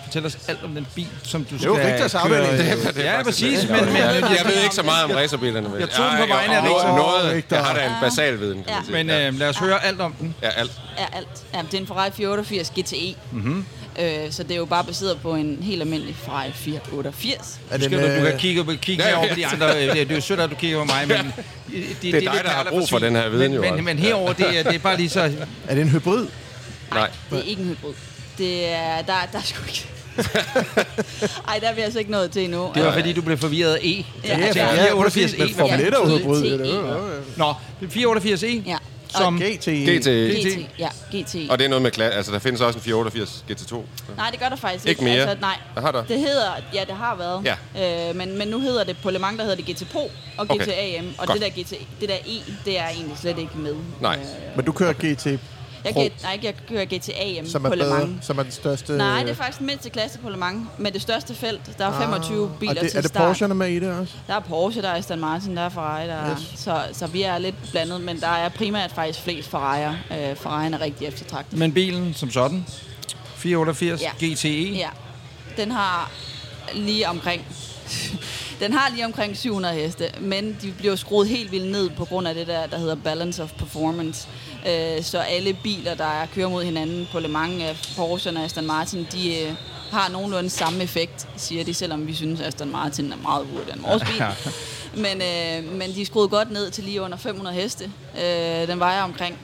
fortælle os alt om den bil, som du skal jo Richters afdeling. Ja, præcis. Men jeg ved ikke så meget om racerbilerne. Jeg tog den på vegne af Richter. Jeg har da en basal viden. Men lad os høre alt om den. Ja, alt. Ja, alt. Ja, det er en Ferrari 488 GTE. Så det er jo bare baseret på en helt almindelig Ferrari 488. Du kan kigge herover på de andre. Det er jo sødt, at du kigger på mig, men... Det er dig, der har brug for den her viden, jo. Men herover, det er bare lige så... Er det en hybrid? Nej, det er ikke en hybrid. Det er... Der er sgu ikke... Ej, der er vi altså ikke nået til endnu. Det var fordi, du blev forvirret af E. Ja, 488E. Men Formel 1 er hybrid. Nå, 488E. Ja. Som GT. Ja, GT. Og det er noget med klasse. Altså, der findes også en 488 GT2. Nej, det gør der faktisk ikke. Ikke mere? Altså, nej. Hvad har der? Det hedder... Ja, det har været. Ja. Men nu hedder det... På Le Mans, der hedder det GT Pro og GT AM. Og det der E, det er egentlig slet ikke med. Nej. Men du kører GT Jeg kører GT AM på Le Mans. Som er den største... Nej, det er faktisk den mindste klasse på Le Mans. Med det største felt. Der er 25 biler til start. Er det Porsche'erne med i det også? Der er Porsche, der er Aston Martin, der er Ferrari. Så vi er lidt blandet, men der er primært faktisk flest Ferrari'er. Ferrari'en er rigtig eftertragtet. Men bilen som sådan? 488 GTE? Ja. Den har lige omkring... Den har lige omkring 700 heste, men de bliver skruet helt vildt ned på grund af det der hedder balance of performance. Så alle biler, der kører mod hinanden på Le Mans, Porsche og Aston Martin, de har nogenlunde samme effekt, siger de, selvom vi synes, at Aston Martin er meget hurtigere end vores bil. Men de er skruet godt ned til lige under 500 heste. Den vejer omkring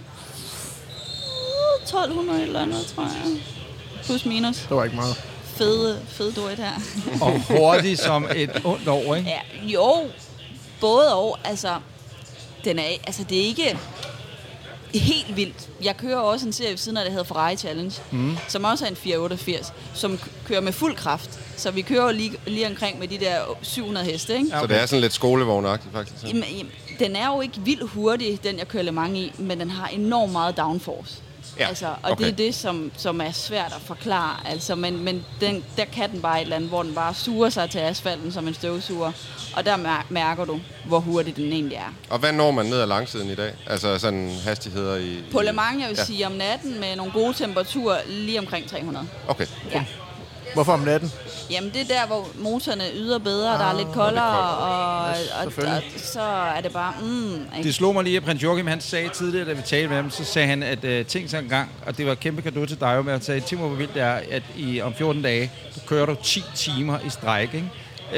1200 eller andet, tror jeg. Plus minus. Det var ikke meget. Fed duet her. Og hurtig som et ondt år, ikke? Ja, jo, både og. Altså, det er ikke helt vildt. Jeg kører også en serie ved siden af, der hedder Ferrari Challenge, som også er en 488, som kører med fuld kraft. Så vi kører lige omkring med de der 700 heste, ikke? Okay. Så det er sådan lidt skolevognagtigt, faktisk? Jamen, den er jo ikke vildt hurtig, den jeg kører Le Mans i, men den har enormt meget downforce. Ja, altså, og det er det, som er svært at forklare. Altså, men der kan den bare et eller andet, hvor den bare suger sig til asfalten som en støvsuger. Og der mærker du, hvor hurtig den egentlig er. Og hvad når man ned ad langsiden i dag? Altså sådan hastigheder i... På Le Mans, jeg vil sige, om natten med nogle gode temperaturer, lige omkring 300. Okay. Ja. Hvorfor om natten? Jamen, det er der, hvor motorerne yder bedre, der er lidt koldere, og så er det bare... Det slog mig lige, at prins Joachim, han sagde tidligere, da vi talte med ham, så sagde han, at ting så en gang, og det var et kæmpe cadeau til dig, men han sagde, Timo, hvor vildt det er, at om 14 dage, du kører du 10 timer i stræk, ikke?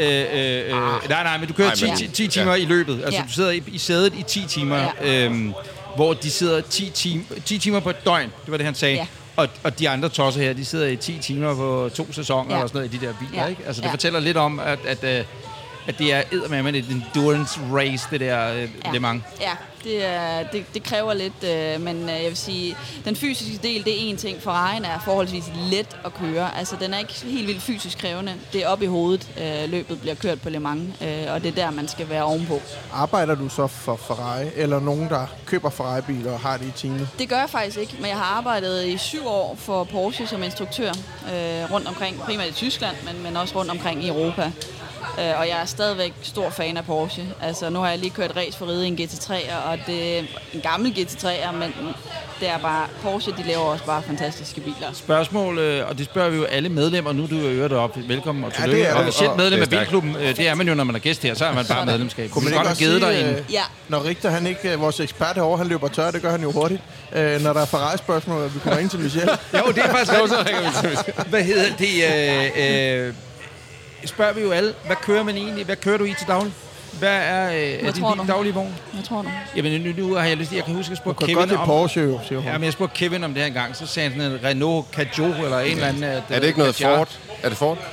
Nej, men du kører 10 timer i løbet. Altså, du sidder i sædet i 10 timer, hvor de sidder 10 timer på et døgn. Det var det, han sagde. Ja. Og de andre tosser her, de sidder i 10 timer på 2 sæsoner og sådan noget i de der biler, ikke? Altså, det fortæller lidt om, at det er eddermame et endurance race, det der Le Mans. Ja, det kræver lidt, men jeg vil sige, den fysiske del, det er en ting. Ferrari'en er forholdsvis let at køre. Altså, den er ikke helt vildt fysisk krævende. Det er op i hovedet, løbet bliver kørt på Le Mans, og det er der, man skal være ovenpå. Arbejder du så for Ferrari, eller nogen, der køber Ferrari-biler og har det i teamet? Det gør jeg faktisk ikke, men jeg har arbejdet i 7 år for Porsche som instruktør, rundt omkring, primært i Tyskland, men også rundt omkring i Europa. Og jeg er stadigvæk stor fan af Porsche. Altså, nu har jeg lige kørt race for ride i en GT3, og det er en gammel GT3'er, men det er bare... Porsche, de laver også bare fantastiske biler. Spørgsmål, og det spørger vi jo alle medlemmer. Nu du øver det op. Velkommen og tillykke. Ja, og selv medlem af Bilklubben, det er man jo, når man er gæst her, så er man bare medlemskab. Kunne man ikke også sige, når Richter, han ikke, vores ekspert herovre, han løber tør, det gør han jo hurtigt. Når der er Ferrari-spørgsmål, og vi kommer ind til Michel. Jo, det er faktisk rigtigt. Hvad hedder det? Spørger vi jo alle, hvad kører man egentlig? Hvad kører du i til daglig? Hvad er din daglige vogn? Hvad tror du? Jamen, nu har jeg lyst til, jeg kan huske, at jeg spurgte Kevin om... Porsche, jo, ja, men jeg spurgte Kevin om det her engang, så sagde han sådan en Renault Kadjo eller en eller anden... Er det ikke noget Ford? Er det Ford?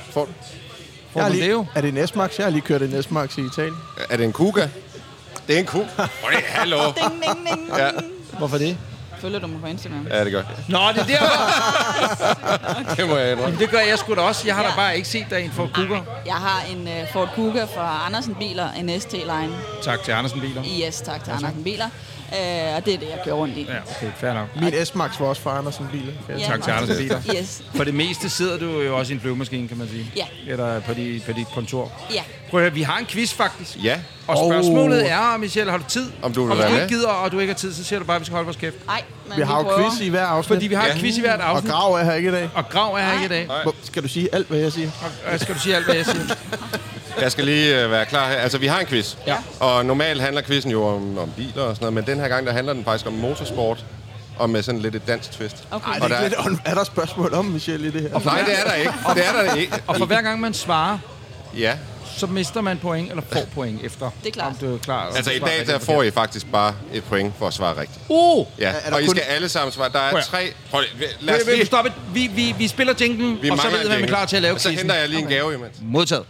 Er det en S-Max? Jeg har lige kørt en S-Max i Italien. Er det en Kuga? Det er en Kuga. Hallo. Ding, ding, ding. Ja. Hvorfor det? Følger du mig på Instagram? Ja, det gør. Nå, det er derfor. Det må jeg indrømme. Det gør jeg sgu da også. Jeg har da bare ikke set dig i en Ford Kuga. Jeg har en Ford Kuga fra Andersen Biler, en ST-line. Tak til Andersen Biler. Yes, tak til Andersen Biler. Og det er det, jeg kører rundt i. Ja, okay, fair nok. Min S-Max var også for Andersen biler. Ja. Tak til Andersen biler. Yes. For det meste sidder du jo også i en flyvemaskine, kan man sige. Ja. Eller på dit kontor. Ja. Prøv at høre, vi har en quiz faktisk. Ja. Og spørgsmålet er, Michelle, har du tid? Om du vil og være hvis du med? ikke gider, og du ikke har tid, så siger du bare, at vi skal holde vores kæft. Nej, men Vi har jo prøver. quiz i hver afsnit. Fordi vi har en quiz i hvert afsnit. Og Grav er her ikke i dag. Og Grav er her ikke i dag. Skal du sige alt, hvad jeg siger? Og skal du sige alt, hvad jeg siger? Jeg skal lige være klar her. Altså, vi har en quiz. Ja. Og normalt handler quizzen jo om biler og sådan noget, men den her gang, der handler den faktisk om motorsport. Og med sådan lidt et dansk twist. Okay. Ej, det er, lidt, er der spørgsmål om Michelle i det her? Nej, det er der ikke. Det er der ikke. Og for hver gang man svarer, Ja. så mister man point, eller får point efter. Det er klart. Om du er klar. Altså, i dag, der får I faktisk bare et point for at svare rigtigt. Ja, der og I kun- skal alle sammen svare. Der er Prøv at- 3... Prøv lige, lad os Vil du lige... stoppe? Vi spiller jinglen, og så ved vi, at vi er klar til at lave Og så quizzen. henter jeg lige en gave imens. Modtaget.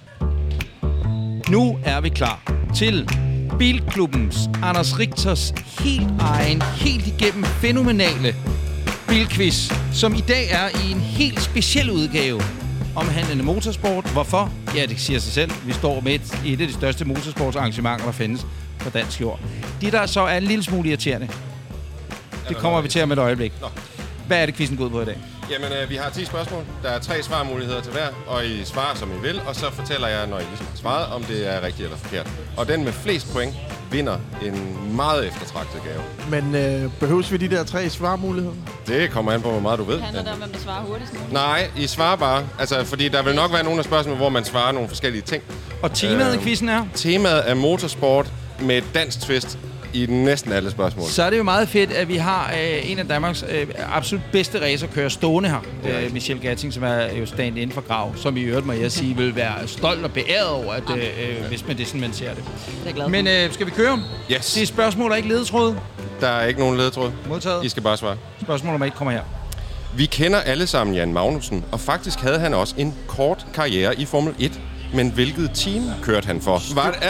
Nu er vi klar til Bilklubbens Anders Richters helt egen, helt igennem fænomenale bilquiz, som i dag er i en helt speciel udgave omhandlende motorsport. Hvorfor? Ja, det siger sig selv. Vi står med et af de største motorsportsarrangementer, der findes på dansk jord. Det, der så er en lille smule irriterende, det kommer vi til om et øjeblik. Hvad er det, quizzen går ud på i dag? Jamen, vi har 10 spørgsmål. Der er 3 svarmuligheder til hver, og I svarer, som I vil, og så fortæller jeg, når I ligesom har svaret, om det er rigtigt eller forkert. Og den med flest point vinder en meget eftertragtet gave. Men behøves vi de der 3 svarmuligheder? Det kommer an på, hvor meget du ved. Handler det om, hvem der svarer hurtigst nu? Nej, I svarer bare. Altså, fordi der vil nok være nogle af spørgsmålene, hvor man svarer nogle forskellige ting. Og temaet i quizzen er? Temaet er motorsport med et dansk twist i næsten alle spørgsmål. Så er det jo meget fedt, at vi har en af Danmarks absolut bedste racerkører stående her. Michelle Gatting, som er jo stand-in for Grav, som i øvrigt, må jeg sige, vil være stolt og beæret over, at, hvis man det sådan, man ser det. Det er glad for. Men skal vi køre? Yes. Det er spørgsmål, der er ikke ledetråd. Der er ikke nogen ledetråd. Modtaget. I skal bare svare. Spørgsmål nummer 1 kommer her. Vi kender alle sammen Jan Magnussen, og faktisk havde han også en kort karriere i Formel 1. Men hvilket team kørte han for?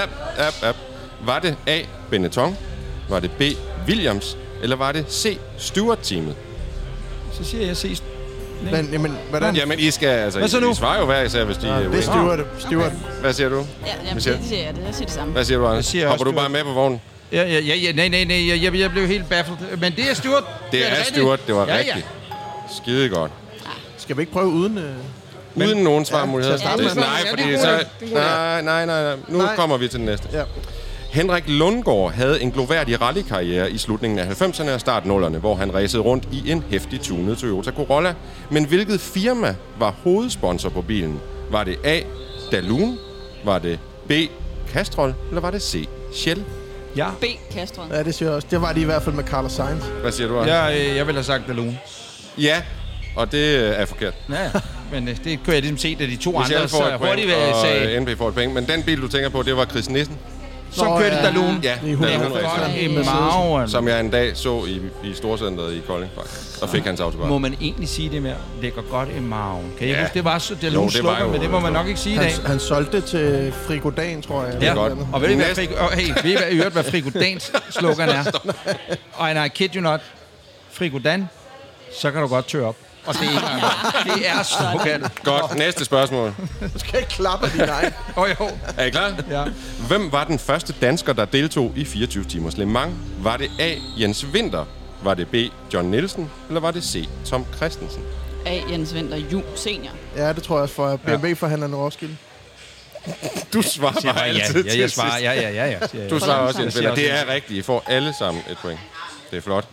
Var det A. Benetton? Var det B. Williams? Eller var det C. Stewart-teamet? Så siger jeg C. Men, jamen, hvordan? Jamen, I skal altså... Hvad så nu? I svarer jo hver især, hvis de er Det er Stewart. Hvad siger du? Ja, jamen, Michelle? det siger jeg. Jeg siger det samme. Hvad siger du, Anders? siger Hopper også du bare med på vognen? Ja, nej, jeg blev helt bafflet. Men det er Stewart. Det er rigtigt? Stewart, det var Ja. rigtigt. Skide godt. Skal vi ikke prøve uden... Uden nogen svarmuligheder? til at starte med. Nej, Ja, fordi det er så... god idé. Nej. Nu Nej. kommer vi til den næste. Ja. Henrik Lundgaard havde en gloværdig rallykarriere i slutningen af 90'erne og start 0'erne, hvor han racede rundt i en heftig tunet Toyota Corolla. Men hvilket firma var hovedsponsor på bilen? Var det A. Dalun? Var det B. Castrol? Eller var det C. Shell? Ja. B. Castrol. Ja, det siger jeg også. Det var de i hvert fald med Carlos Sainz. Hvad siger du, Anders? Jeg vil have sagt Dalun. Ja, og det er forkert. Ja, men det kunne jeg ligesom se, da de to Michelle andre får så et point, hurtigt sagde, og NP får et point. Men den bil, du tænker på, det var Chris Nissen. så kørte Dalun. Ja, Det er 100 Dalun procent. racer. Med Marv. Som jeg en dag så i Storcenteret i Kolding, faktisk. Og fik hans autograf. Må man egentlig sige det mere? Lægger godt i maven. Kan jeg Ja. huske, det var så Jo, Daluns det var slogan, jo- men det må man nok ikke sige i dag. Han solgte det til Frigodan, tror jeg. Ja, godt. og ved I, hvad Næste. ved I, hvad i øvrigt, hvad Frigodans slogan er? Og I kid you not, Frigodan, så kan du godt tørre op. Og det er ikke andet. Det er slogan. Godt, næste spørgsmål. Du skal ikke klappe din egen. Jo. Er I klar? Ja. Hvem var den første dansker, der deltog i 24 timers Le Mans? Var det A. Jens Winter? Var det B. John Nielsen? Eller var det C. Tom Christensen? A. Jens Winter, senior. Ja, det tror jeg også for BMW-forhandlerne Roskilde. Du svarer bare altid til Jeg svarer, sidst. ja. Du svarer også Jens Jeg siger Winter. også Det er Jens. rigtigt. I får alle sammen et point. Det er flot.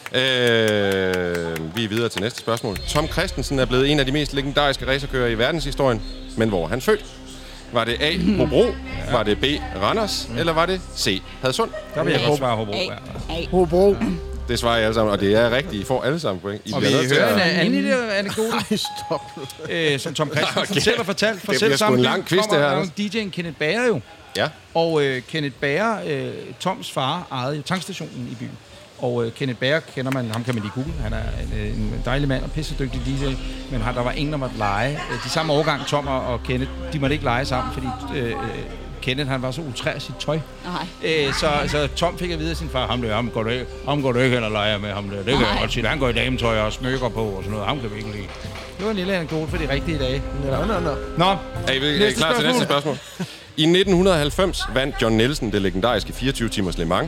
Vi er videre til næste spørgsmål. Tom Christensen er blevet en af de mest legendariske racerkørere i verdenshistorien. Men hvor er han født? Var det A. Hobro? Var det B. Randers? Eller var det C. Hadsund? Der vil jeg godt svare Hobro. Ja. A. Hobro. Det svarer I alle sammen, og det er rigtigt. I får alle sammen point. I Og vi bliver nødt til hører en at... anden lille anekdote, Ej, stop. som Tom Christensen selv har fortalt. For Det selv bliver sgu en lang quiz, det her, Anders. DJ'en Kenneth Bager jo. Ja. Og Kenneth Bager, Toms far, ejede jo tankstationen i byen. Og Kenneth Bager kender man, ham kan man lige google. Han er en dejlig mand og pissedygtig DJ. Men der var ingen, der måtte lege. De samme årgang, Tom og Kenneth, de måtte ikke lege sammen, fordi Kenneth, han var så ultrær sit tøj. Nej. Så Tom fik at vide af sin far, ham går du ikke hen og leger med ham der. Det kan jeg godt sige. Han går i dametøj og smykker på og sådan noget. Ham kan vi ikke lide. Det var en lille anekdote for de rigtige dage. Nå. Nå, Er I klar til næste spørgsmål? I 1990 vandt John Nielsen det legendariske 24 timers Le Mans.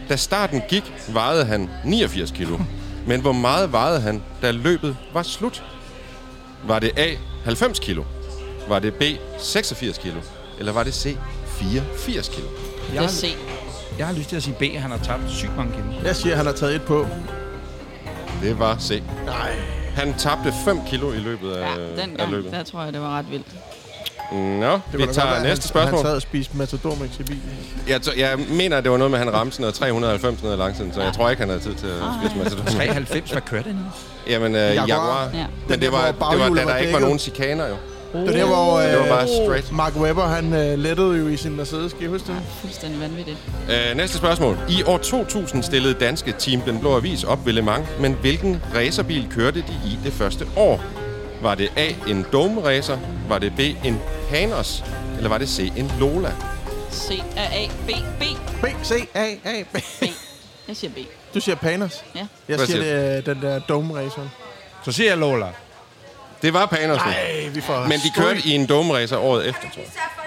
Da starten gik, vejede han 89 kilo. Men hvor meget vejede han, da løbet var slut? Var det A, 90 kilo? Var det B, 86 kilo? Eller var det C, 84 kilo? Det er C. Jeg har lyst til at sige B, at han har tabt sygt mange kilo. Jeg siger, at han har taget et på. Det var C. Nej. Han tabte 5 kilo i løbet af, af løbet. Der tror jeg, det var ret vildt. Nå, vi tager næste spørgsmål. Han sad og spiste Matadormix i bilen. Jeg mener, at det var noget med, at han ramte sådan noget 390 ned ad langsiden, så jeg tror ikke, han havde tid til at spise Matadormix. 93, hvad kørte den i? Jamen, Jaguar. Ja. Men det var da der ikke var nogen chikaner jo. Det der, hvor det var bare straight. Mark Webber, han lettede jo i sin Mercedes. Skal I huske det? Fuldstændig vanvittigt. Næste spørgsmål. I år 2000 stillede danske Team Den Blå Avis op ved Le Mans, men hvilken racerbil kørte de i det første år? Var det A, en Dome Racer? Var det B, en Panos? Eller var det C, en Lola? C, A, B, B. B, C, A, B. B. Jeg siger B. Du siger Panos? Ja. Jeg siger det, den der Dome Racer. Så siger jeg Lola. Det var Panos. Nej, vi får... Men de kørte i en Dome Racer året efter, tror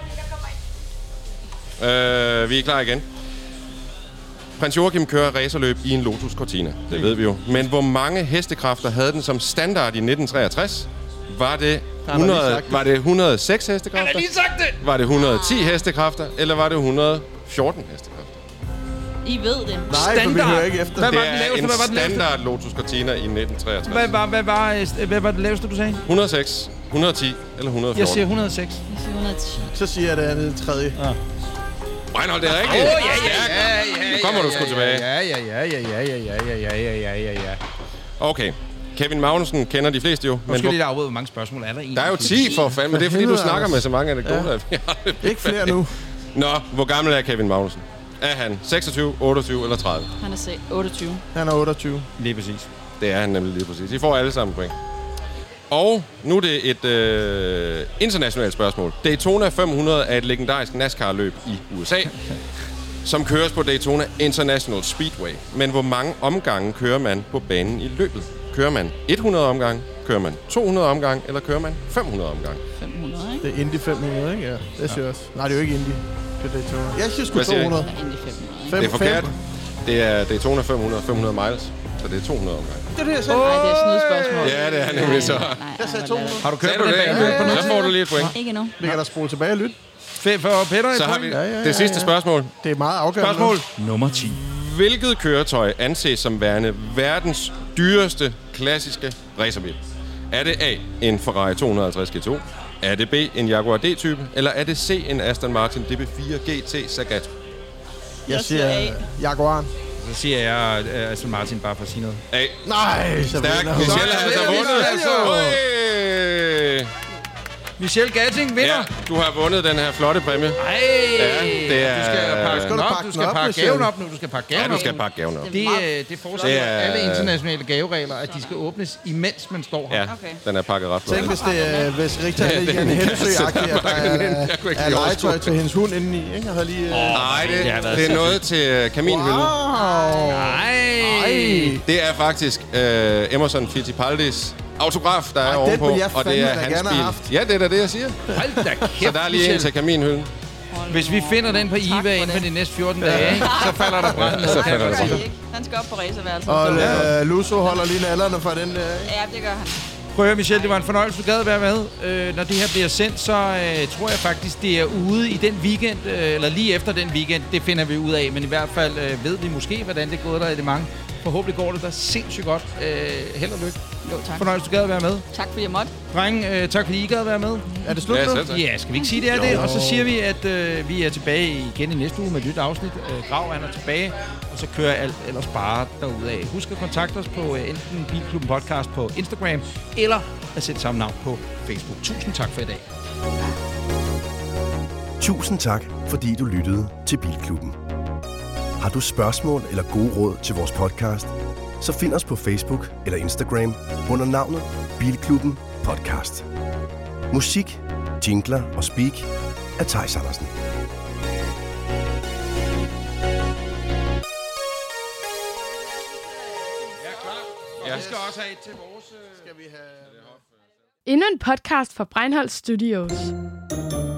jeg. Vi er klar igen. Prins Joachim kører racerløb i en Lotus Cortina. Det ved vi jo. Men hvor mange hestekræfter havde den som standard i 1963? Var det 106 hestekræfter? Jeg har lige sagt det! Var det 110 hestekræfter? Eller var det 114 hestekræfter? I ved det. Nej, for vi hører ikke efter. Hvad var den Det laveste? er en standard Lotus Cortina i 1963. Hvad var det laveste, du sagde? 106, 110 eller 114? Jeg siger 106. Jeg siger 110. Så siger jeg, det er det tredje. Ja. Reinhold, det er rigtigt. Ja. Nu kommer du sgu tilbage. Ja. Okay. Kevin Magnussen kender de fleste jo. Nu skal lige afbryde, hvor mange spørgsmål er der egentlig? Der er jo 10 for fanden, men det er fordi, du snakker med så mange anekdoter. Ja. Ikke flere nu. Nå, hvor gammel er Kevin Magnussen? Er han 26, 28 eller 30? Han er 28. Han er 28. Lige præcis. Det er han nemlig lige præcis. I får alle sammen point. Og nu er det et internationalt spørgsmål. Daytona 500 er et legendarisk NASCAR-løb i USA, som køres på Daytona International Speedway. Men hvor mange omgange kører man på banen i løbet? Kører man 100 omgange? Kører man 200 omgange? Eller kører man 500 omgange? 500, ikke? Det er Indy 500, ikke? Ja, det siger jeg også. Nej, det er jo ikke Indy. Det er Daytona. Jeg synes sgu 200. Det er Indy 500, ikke? Det er forkert. Det er Daytona 500 miles, så det er 200 omgange. Det er det, jeg sagde. Nej, det er snydespørgsmål. Ja, det er nemlig så. Jeg sagde 200. Har du kørt på den bane? Så får du lige et point. Ikke endnu. Vi kan da spole tilbage og lytte. For Peter, så har vi det sidste spørgsmål. Det er meget afgørende. Spørgsmål nummer 10. Hvilket køretøj anses som værende verdens dyreste klassiske racerbil? Er det A, en Ferrari 250 G2? Er det B, en Jaguar D-type? Eller er det C, en Aston Martin DB4 GT Zagato? Jeg siger Jaguaren. Så siger jeg Aston Martin bare for at sige noget. A. Nej, stærk. Michelle har altså vundet. Michelle Gatting vinder. Ja, du har vundet den her flotte præmie. Ej, ja, det er... Du skal pakke gaven op nu. Du skal pakke gaven op. Ja, du skal pakke gaven op. Det forudsætter alle internationale gaveregler, at de skal åbnes, imens man står her. Ja, den er pakket ret flot. Tænk, hvis Rita er lige en hensøagtig, at der er legetøj til hendes hund indeni, ikke? Nej, det er noget til kaminhylden. Nej. Det er faktisk Emerson Fittipaldis autograf, der er ovenpå, og det er hans bil. Ja, det er da det, jeg siger. Hold da kæft, så der er lige en til kaminhylden. Hvis vi finder den på eBay inden for de næste 14 dage, ikke? Så falder der brand ned. Han skal op på racerværelset. Og Lusso holder lige nallerne for den der, ikke? Ja, det gør han. Prøv at høre, Michelle, det var en fornøjelse, du gad at være med. Når det her bliver sendt, så tror jeg faktisk, det er ude i den weekend, eller lige efter den weekend. Det finder vi ud af, men i hvert fald ved vi måske, hvordan det går der i det mange. Forhåbentlig går det der sindssygt godt. Held og lykke. Jo, tak. Fornøjelse, du gad at være med. Tak fordi jeg måtte. Drenge, tak fordi I gad at være med. Er det slut nu? Ja, skal vi ikke sige, det er det? Og så siger vi, at vi er tilbage igen i næste uge med et nyt afsnit. Grav er tilbage, og så kører alt ellers bare derudad. Husk at kontakte os på enten Bilklubben Podcast på Instagram, eller at sætte samme navn på Facebook. Tusind tak for i dag. Tusind tak, fordi du lyttede til Bilklubben. Har du spørgsmål eller gode råd til vores podcast, så find os på Facebook eller Instagram under navnet Bilklubben Podcast. Musik, jingler og speak af Theis Andersen. Ja, vi skal også have et til vores... Endnu en podcast fra Breinholt Studios.